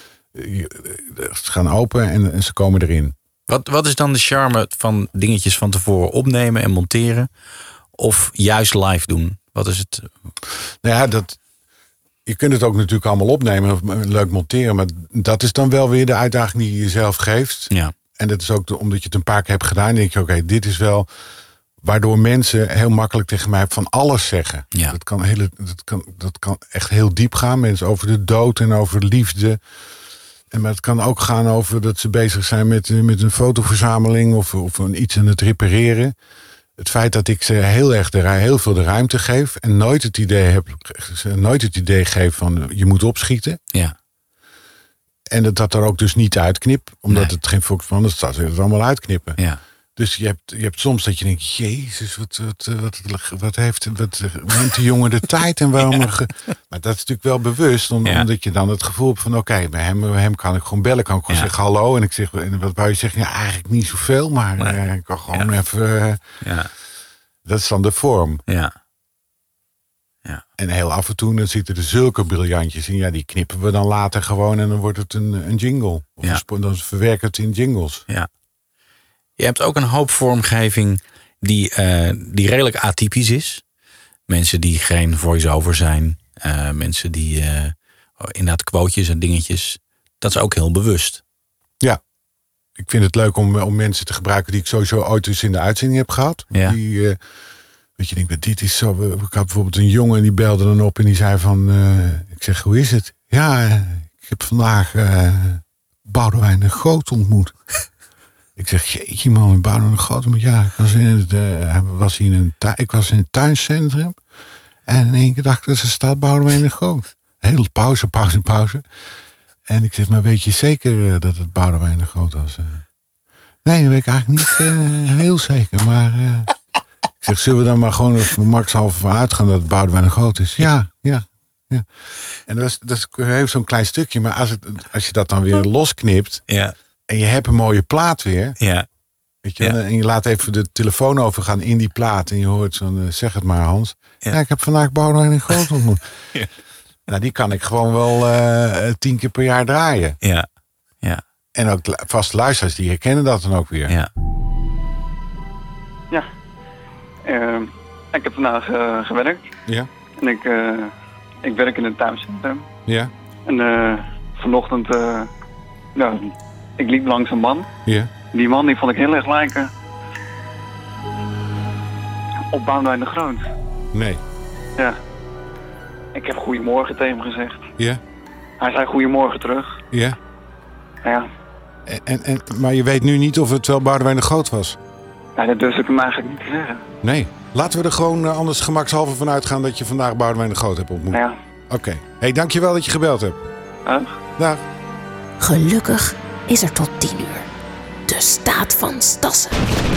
ze gaan open en, en ze komen erin. Wat, wat is dan de charme van dingetjes van tevoren opnemen en monteren? Of juist live doen? Wat is het? Nou ja, dat, je kunt het ook natuurlijk allemaal opnemen of leuk monteren. Maar dat is dan wel weer de uitdaging die je jezelf geeft. Ja. En dat is ook de, omdat je het een paar keer hebt gedaan. Dan denk je, oké, okay, dit is wel waardoor mensen heel makkelijk tegen mij van alles zeggen. Ja. Dat kan hele, dat kan, dat kan echt heel diep gaan. Mensen over de dood en over liefde. En maar het kan ook gaan over dat ze bezig zijn met, met een fotoverzameling of, of een, iets aan het repareren. Het feit dat ik ze heel erg de, heel veel de ruimte geef en nooit het idee heb, nooit het idee geef van je moet opschieten. Ja. En dat dat er ook dus niet uitknip, omdat nee. het geen Fox van is, dat ze het allemaal uitknippen. Ja. Dus je hebt, je hebt soms dat je denkt, jezus, wat, wat, wat, wat heeft wat, neemt de jongen de tijd en waarom? Ja. Ge... Maar dat is natuurlijk wel bewust, om, ja. omdat je dan het gevoel hebt van, oké, okay, bij hem, bij hem kan ik gewoon bellen, kan ik gewoon ja. zeggen hallo. En ik zeg, en wat wou je zeggen? Ja, eigenlijk niet zoveel, maar nee. uh, ik kan gewoon ja. even. Uh, ja. Dat is dan de vorm. Ja. Ja. En heel af en toe dan zitten er zulke briljantjes in. Ja, die knippen we dan later gewoon en dan wordt het een, een jingle. Of ja. een, dan verwerken het in jingles. Ja. Je hebt ook een hoop vormgeving die, uh, die redelijk atypisch is. Mensen die geen voice-over zijn. Uh, mensen die uh, inderdaad quotejes en dingetjes. Dat is ook heel bewust. Ja. Ik vind het leuk om, om mensen te gebruiken die ik sowieso ooit eens in de uitzending heb gehad. Ja. Die, uh, Dat je denkt, dit is zo... Ik had bijvoorbeeld een jongen die belde dan op en die zei van... Uh, ik zeg, hoe is het? Ja, uh, ik heb vandaag uh, Boudewijn de Groot ontmoet. Ik zeg, jeetje man, Boudewijn de Groot ontmoet. Ja, ik was in het, uh, was in een tu- ik was in het tuincentrum. En in één keer dacht ik, er staat Boudewijn de Groot. Heel pauze, pauze, pauze. En ik zeg, maar weet je zeker uh, dat het Boudewijn de Groot was? Uh, nee, dat weet ik eigenlijk niet uh, heel zeker, maar... Uh, Ik zeg, zullen we dan maar gewoon van Max halve van uitgaan dat het Boudewijn de Groot is? Ja, ja, ja. En dat is, dat is heeft zo'n klein stukje, maar als, het, als je dat dan weer losknipt... Ja. En je hebt een mooie plaat weer... Ja. Weet je, Ja. en je laat even de telefoon overgaan in die plaat... en je hoort zo'n, uh, zeg het maar Hans... Ja. Ja, ik heb vandaag Boudewijn de Groot ontmoet. Ja. Nou, die kan ik gewoon wel uh, tien keer per jaar draaien. Ja, ja. En ook vaste luisteraars, die herkennen dat dan ook weer. Ja. Ja. Uh, ik heb vandaag uh, gewerkt. Ja. En ik, uh, ik werk in een tuincentrum. Ja. En uh, vanochtend, uh, ja, ik liep langs een man. Ja. Die man die vond ik heel erg lijken op Boudewijn de Groot. Nee. Ja. Ik heb goedemorgen tegen hem gezegd. Ja. Hij zei goedemorgen terug. Ja. Ja. En, en, en, maar je weet nu niet of het wel Boudewijn de Groot was? Ja, dat durf ik hem eigenlijk niet te zeggen. Nee. Laten we er gewoon uh, anders gemakshalve van uitgaan dat je vandaag Boudewijn de Groot hebt ontmoet. Ja. Oké. Okay. Hey, dankjewel dat je gebeld hebt. Dag. Dag. Gelukkig is er tot tien uur. De staat van Stassen.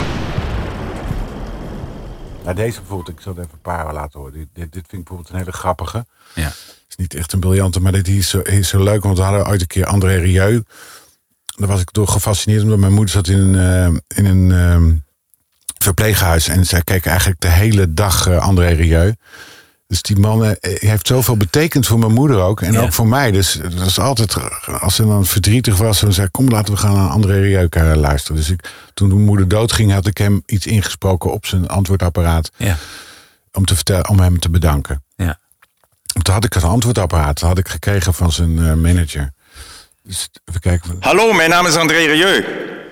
Nou, deze bijvoorbeeld, ik zal het even een paar laten horen. Dit, dit, dit vind ik bijvoorbeeld een hele grappige. Ja. Het is niet echt een briljante, maar dit is zo, is zo leuk. Want we hadden ooit een keer André Rieu. Daar was ik door gefascineerd, omdat mijn moeder zat in een, uh, in een uh, verpleeghuis. En zij keek eigenlijk de hele dag uh, André Rieu. Dus die man uh, heeft zoveel betekend voor mijn moeder ook. En ja. ook voor mij. Dus dat was altijd, als ze dan verdrietig was, dan zei ik, kom laten we gaan naar André Rieu luisteren. Dus ik, toen mijn moeder doodging, had ik hem iets ingesproken op zijn antwoordapparaat. Ja. Om, te vertellen, om hem te bedanken. Ja. Toen had ik een antwoordapparaat. Dat had ik gekregen van zijn uh, manager. Dus even kijken. Hallo, mijn naam is André Rieu.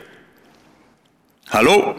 Hallo.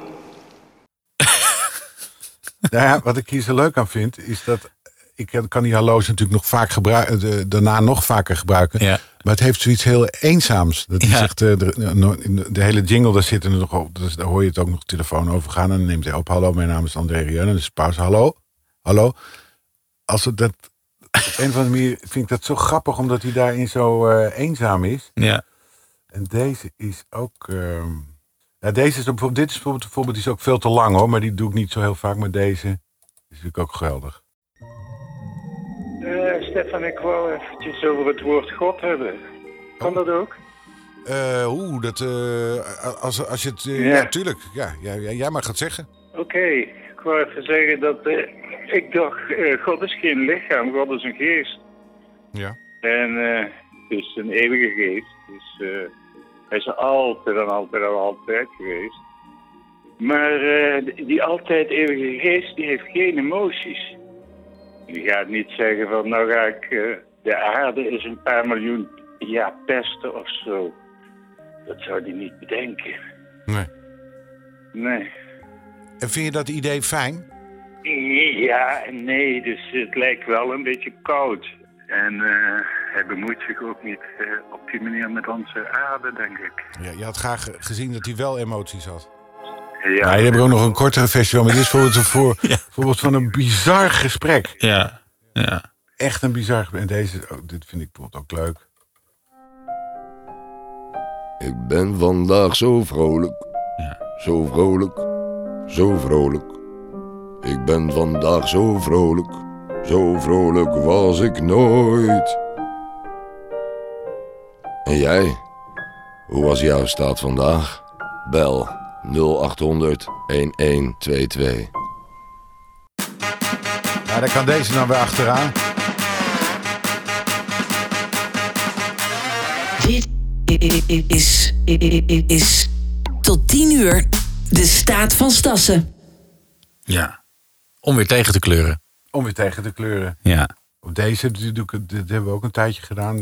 Nou ja, wat ik hier zo leuk aan vind, is dat ik kan die hallo's natuurlijk nog vaak gebruiken, daarna nog vaker gebruiken. Ja. Maar het heeft zoiets heel eenzaams. Dat is ja. echt, de, de, de hele jingle, daar zit er nog op. Dus daar hoor je het ook nog telefoon overgaan. En dan neemt hij op, hallo, mijn naam is André Rieu. En dan is pauze, hallo, hallo. Als het dat, op een of andere manier vind ik dat zo grappig, omdat hij daarin zo uh, eenzaam is. Ja. En deze is ook... Uh, ja, deze is bijvoorbeeld, dit is bijvoorbeeld, bijvoorbeeld die is ook veel te lang hoor, maar die doe ik niet zo heel vaak. Maar deze is natuurlijk ook geweldig. Uh, Stefan, ik wou eventjes over het woord God hebben. Kan dat ook? Uh, Oeh, dat, uh, als, als je het... Uh, ja. ja, tuurlijk. Ja, ja, ja, jij mag het zeggen. Oké, okay. Ik wou even zeggen dat... Uh, ik dacht, uh, God is geen lichaam, God is een geest. Ja. En uh, het is een eeuwige geest. Dus uh, hij is altijd en altijd en altijd geweest. Maar uh, die altijd eeuwige geest, die heeft geen emoties. Die gaat niet zeggen van, nou ga ik, uh, de aarde is een paar miljoen jaar pesten of zo. Dat zou die niet bedenken. Nee. Nee. En vind je dat idee fijn? Ja en nee, dus het lijkt wel een beetje koud. En uh, hij bemoeit zich ook niet uh, op die manier met onze aarde, denk ik. Ja, je had graag gezien dat hij wel emoties had. Ja, ja, je hebt ook nog een kortere festival, maar dit is bijvoorbeeld, voor, ja. bijvoorbeeld van een bizar gesprek. Ja, ja. Echt een bizar gesprek. En deze, oh, dit vind ik bijvoorbeeld ook leuk. Ik ben vandaag zo vrolijk, ja. zo vrolijk, zo vrolijk. Ik ben vandaag zo vrolijk, zo vrolijk was ik nooit. En jij? Hoe was jouw staat vandaag? Bel nul acht honderd elf tweeëntwintig. Ja, daar kan deze dan weer achteraan. Dit is, is, is tot tien uur de staat van Stassen. Ja, om weer tegen te kleuren. Om weer tegen te kleuren. Ja. Op deze, dit hebben we ook een tijdje gedaan.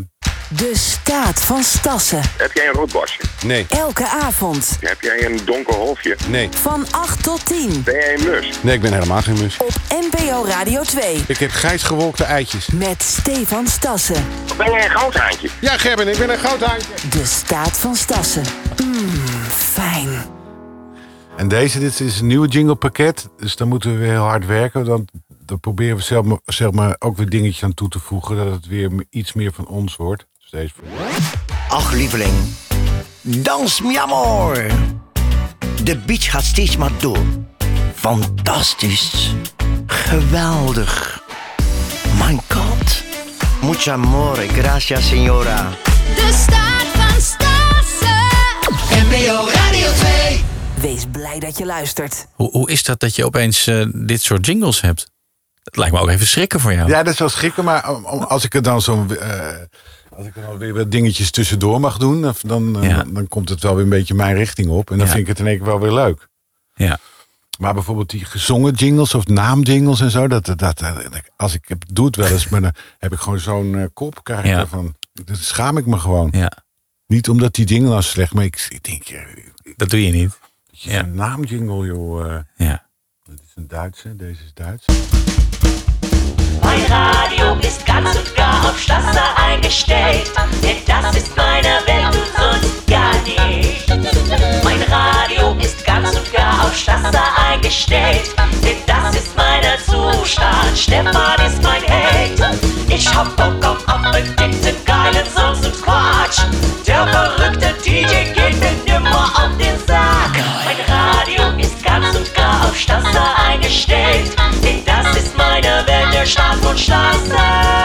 De staat van Stassen. Heb jij een roodborstje? Nee. Elke avond. Heb jij een donker hoofdje? Nee. Van acht tot tien. Ben jij een mus? Nee, ik ben helemaal geen mus. Op N P O Radio twee. Ik heb grijs gewolkte eitjes. Met Stefan Stassen. Ben jij een goudhaantje? Ja, Gerben, ik ben een goudhaantje. De staat van Stassen. Mmm, fijn. En deze, dit is een nieuwe jinglepakket. Dus dan moeten we weer heel hard werken. Dan, dan proberen we zelf maar, zeg maar ook weer dingetjes aan toe te voegen. Dat het weer iets meer van ons wordt. Dus deze voor... Ach, lieveling. Dans mi amor. De beat gaat steeds maar door. Fantastisch. Geweldig. Mijn god. Mucho amore. Gracias, señora. De staat van Stassen. N P O Radio twee. Wees blij dat je luistert. Hoe, hoe is dat dat je opeens uh, dit soort jingles hebt? Dat lijkt me ook even schrikken voor jou. Ja, dat is wel schrikken. Maar als ik er dan zo'n... Uh, als ik er dan weer wat dingetjes tussendoor mag doen... Dan, ja. dan, dan komt het wel weer een beetje mijn richting op. En dan ja. vind ik het in één keer wel weer leuk. Ja. Maar bijvoorbeeld die gezongen jingles of naamjingles en zo... Dat, dat, dat, als ik heb, doe het wel eens, maar dan heb ik gewoon zo'n uh, kop. Krijg ik ja. van, dan schaam ik me gewoon. Ja. Niet omdat die jingle nou slecht, maar ik, ik denk... Ja, dat doe je niet. Ja. Een naamjingle, joh. Uh, ja. Dat is een Duitse, deze is Duits. Mein Radio ist ganz und gar auf Stasse eingestellt, denn das ist meine Welt und sonst gar nicht. Mein Radio ist ganz und gar auf Stasse eingestellt, denn das ist meine Zustand. Stefan ist mein Held. Ich hab Bock auf abgedickte, geile Songs und Quatsch. Der verrückte D J geht mir nimmer auf den Sack. Mein Radio ist ganz und gar auf Stasse eingestellt, denn das ist meine Welt, der Staat von Stasse.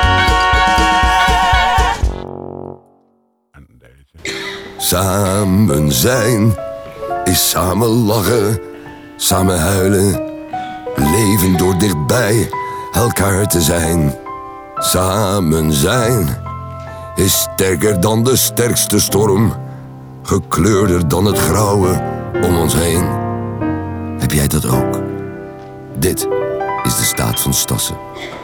Samen zijn is samen lachen, samen huilen, leven door dichtbij elkaar te zijn. Samen zijn is sterker dan de sterkste storm, gekleurder dan het grauwe om ons heen. Heb jij dat ook? Dit is de staat van Stassen.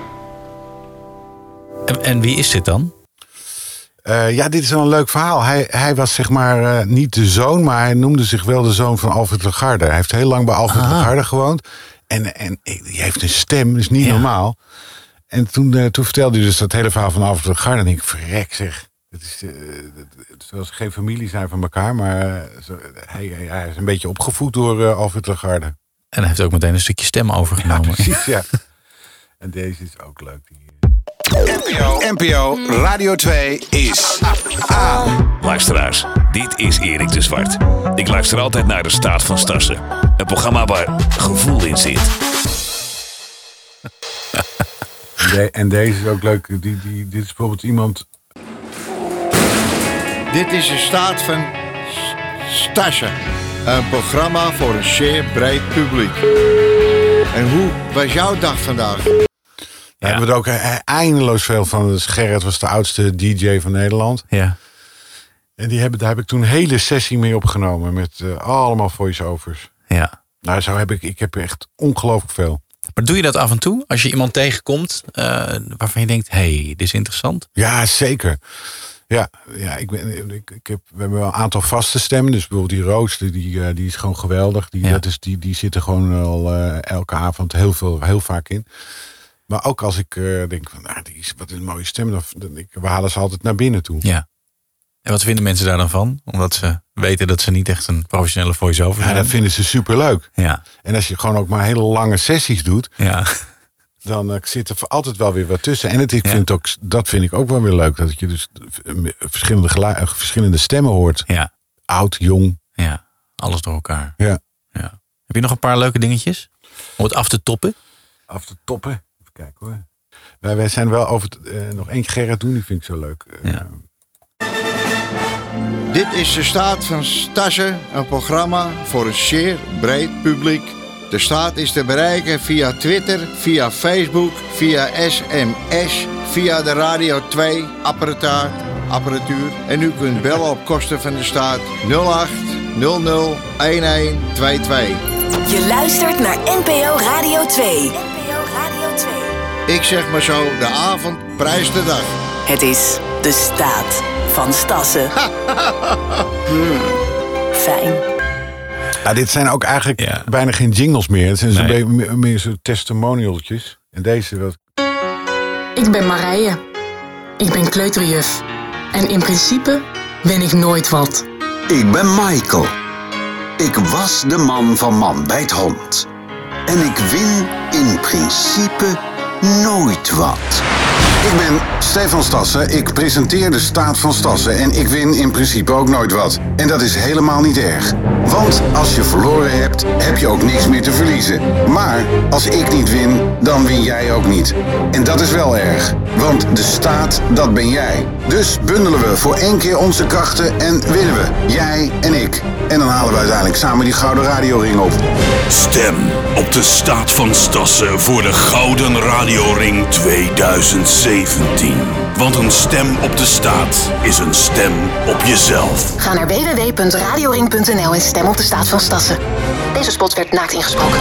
En, en wie is dit dan? Uh, ja, dit is wel een leuk verhaal. Hij, hij was zeg maar uh, niet de zoon, maar hij noemde zich wel de zoon van Alfred Lagarde. Hij heeft heel lang bij Alfred Aha. Lagarde gewoond. En, en die heeft een stem, dat is niet ja. normaal. En toen, uh, toen vertelde hij dus dat hele verhaal van Alfred Lagarde. En ik denk, verrek zeg. Het is, uh, terwijl ze geen familie zijn van elkaar, maar uh, zo, hij, hij, hij is een beetje opgevoed door uh, Alfred Lagarde. En hij heeft ook meteen een stukje stem overgenomen. Ja, precies, ja. En deze is ook leuk. Die... N P O, N P O Radio twee is aan. Luisteraars, dit is Erik de Zwart. Ik luister altijd naar de staat van Stassen. Een programma waar gevoel in zit. De, en deze is ook leuk. Die, die, dit is bijvoorbeeld iemand... Dit is de staat van Stassen. Een programma voor een zeer breed publiek. En hoe was jouw dag vandaag? Daar ja. hebben we er ook eindeloos veel van. Dus Gerrit was de oudste D J van Nederland. Ja. En die hebben, daar heb ik toen een hele sessie mee opgenomen. Met uh, allemaal voice-overs. Ja. Nou, zo heb ik, ik heb echt ongelooflijk veel. Maar doe je dat af en toe? Als je iemand tegenkomt uh, waarvan je denkt, hé, hey, dit is interessant. Ja, zeker. Ja, ja ik ben, ik, ik heb, we hebben wel een aantal vaste stemmen. Dus bijvoorbeeld die Roos, die, die, die is gewoon geweldig. Die, ja. dat is, die, die zitten gewoon al uh, elke avond heel, veel, heel vaak in. Maar ook als ik uh, denk van, nou, die is, wat een mooie stem. Dan, dan, ik, we halen ze altijd naar binnen toe. Ja. En wat vinden mensen daar dan van? Omdat ze weten dat ze niet echt een professionele voice-over zijn. Ja, dat vinden ze superleuk. Ja. En als je gewoon ook maar hele lange sessies doet... Ja. dan uh, zit er altijd wel weer wat tussen. En het, ik ja. vind ook, dat vind ik ook wel weer leuk. Dat je dus verschillende, gelu- verschillende stemmen hoort. Ja. Oud, jong. Ja, alles door elkaar. Ja. Ja. Heb je nog een paar leuke dingetjes? Om het af te toppen? Af te toppen? Even kijken hoor. Wij, wij zijn wel over het, uh, nog één Gerrit doen. Die vind ik zo leuk. Uh, ja. Dit is de staat van Stassen, een programma voor een zeer breed publiek. De staat is te bereiken via Twitter, via Facebook, via S M S, via de Radio twee apparatuur, apparatuur. En u kunt bellen op kosten van de staat nul acht nul nul een een twee twee. Je luistert naar N P O Radio twee. N P O Radio twee. Ik zeg maar zo, de avond prijst de dag. Het is De staat van Stassen. Hmm, fijn. Ja, dit zijn ook eigenlijk ja. bijna geen jingles meer. Het zijn nee. zo'n be- meer, meer zo testimonialtjes. En deze wat... Ik ben Marije. Ik ben kleuterjuf. En in principe ben ik nooit wat. Ik ben Michael. Ik was de man van Man bij het Hond. En ik win in principe nooit wat. Ik ben Stefan Stassen, ik presenteer de Staat van Stassen en ik win in principe ook nooit wat. En dat is helemaal niet erg. Want als je verloren hebt, heb je ook niks meer te verliezen. Maar als ik niet win, dan win jij ook niet. En dat is wel erg, want de staat, dat ben jij. Dus bundelen we voor één keer onze krachten en winnen we. Jij en ik. En dan halen we uiteindelijk samen die gouden radioring op. Stem op de Staat van Stassen voor de Gouden Radioring tweeduizend zeventien. Want een stem op de staat is een stem op jezelf. Ga naar w w w punt radioring punt n l en stem op de Staat van Stassen. Deze spot werd naakt ingesproken.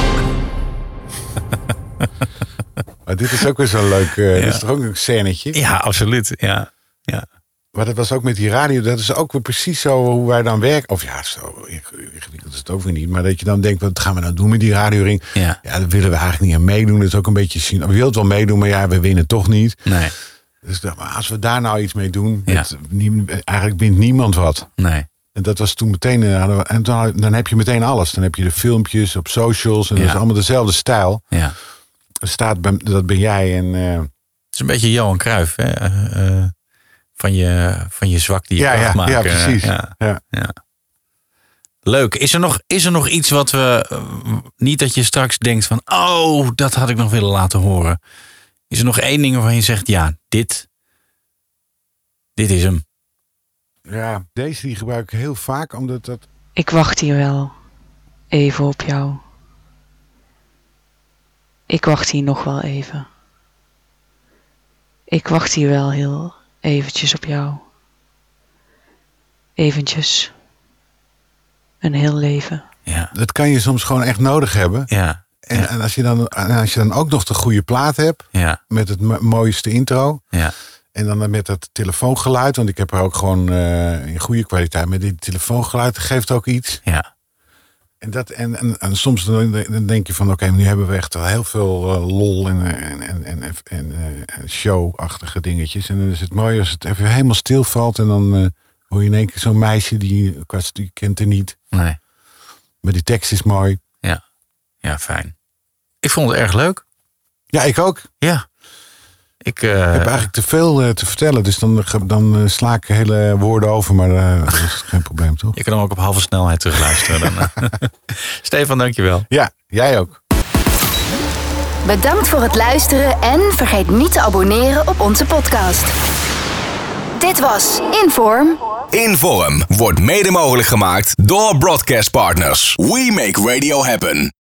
Maar dit is ook weer zo'n leuk... Uh, ja. Dit is toch ook een scènetje? Ja, absoluut. Ja. Ja. Maar dat was ook met die radio. Dat is ook weer precies zo hoe wij dan werken. Of ja, zo ingewikkeld is het ook weer niet. Maar dat je dan denkt, wat gaan we nou doen met die radioring? Ja, ja daar willen we eigenlijk niet aan meedoen. Dat is ook een beetje zien. We willen het wel meedoen, maar ja, we winnen toch niet. Nee. Dus als we daar nou iets mee doen, ja. met, eigenlijk wint niemand wat. Nee. En dat was toen meteen, en dan, dan heb je meteen alles. Dan heb je de filmpjes op socials en ja. dat is allemaal dezelfde stijl. Ja. Staat, dat ben jij. En, uh... het is een beetje Johan Cruijff, hè? Uh, uh, van, je, van je zwak die je ja, kracht ja, maken. Ja, precies. Ja. Ja. Ja. Leuk. Is er, nog, is er nog iets wat we... Uh, niet dat je straks denkt van... oh, dat had ik nog willen laten horen. Is er nog één ding waarvan je zegt... ja, dit... dit is hem. Ja, deze die gebruik ik heel vaak, omdat dat... Ik wacht hier wel. Even op jou. Ik wacht hier nog wel even. Ik wacht hier wel heel eventjes op jou. Eventjes. Een heel leven. Ja. Dat kan je soms gewoon echt nodig hebben. Ja. En, ja. en als, je dan, als je dan ook nog de goede plaat hebt. Ja. Met het mo- mooiste intro. Ja. En dan met dat telefoongeluid. Want ik heb er ook gewoon uh, in goede kwaliteit. Met dit telefoongeluid geeft ook iets. Ja. En, dat, en, en, en soms dan, dan denk je van... oké, okay, nu hebben we echt heel veel uh, lol en, en, en, en, en uh, show-achtige dingetjes. En dan is het mooi als het even helemaal stilvalt. En dan uh, hoor je in één keer zo'n meisje die, die kent er niet. Nee. Maar die tekst is mooi. Ja, ja, fijn. Ik vond het erg leuk. Ja, ik ook. Ja. Ik uh... heb eigenlijk te veel uh, te vertellen. Dus dan, dan uh, sla ik hele woorden over. Maar uh, dat is geen probleem, toch? Je kan hem ook op halve snelheid terugluisteren. Dan. Stefan, dankjewel. Ja, jij ook. Bedankt voor het luisteren en vergeet niet te abonneren op onze podcast. Dit was Inform. Inform wordt mede mogelijk gemaakt door Broadcast Partners. We make radio happen.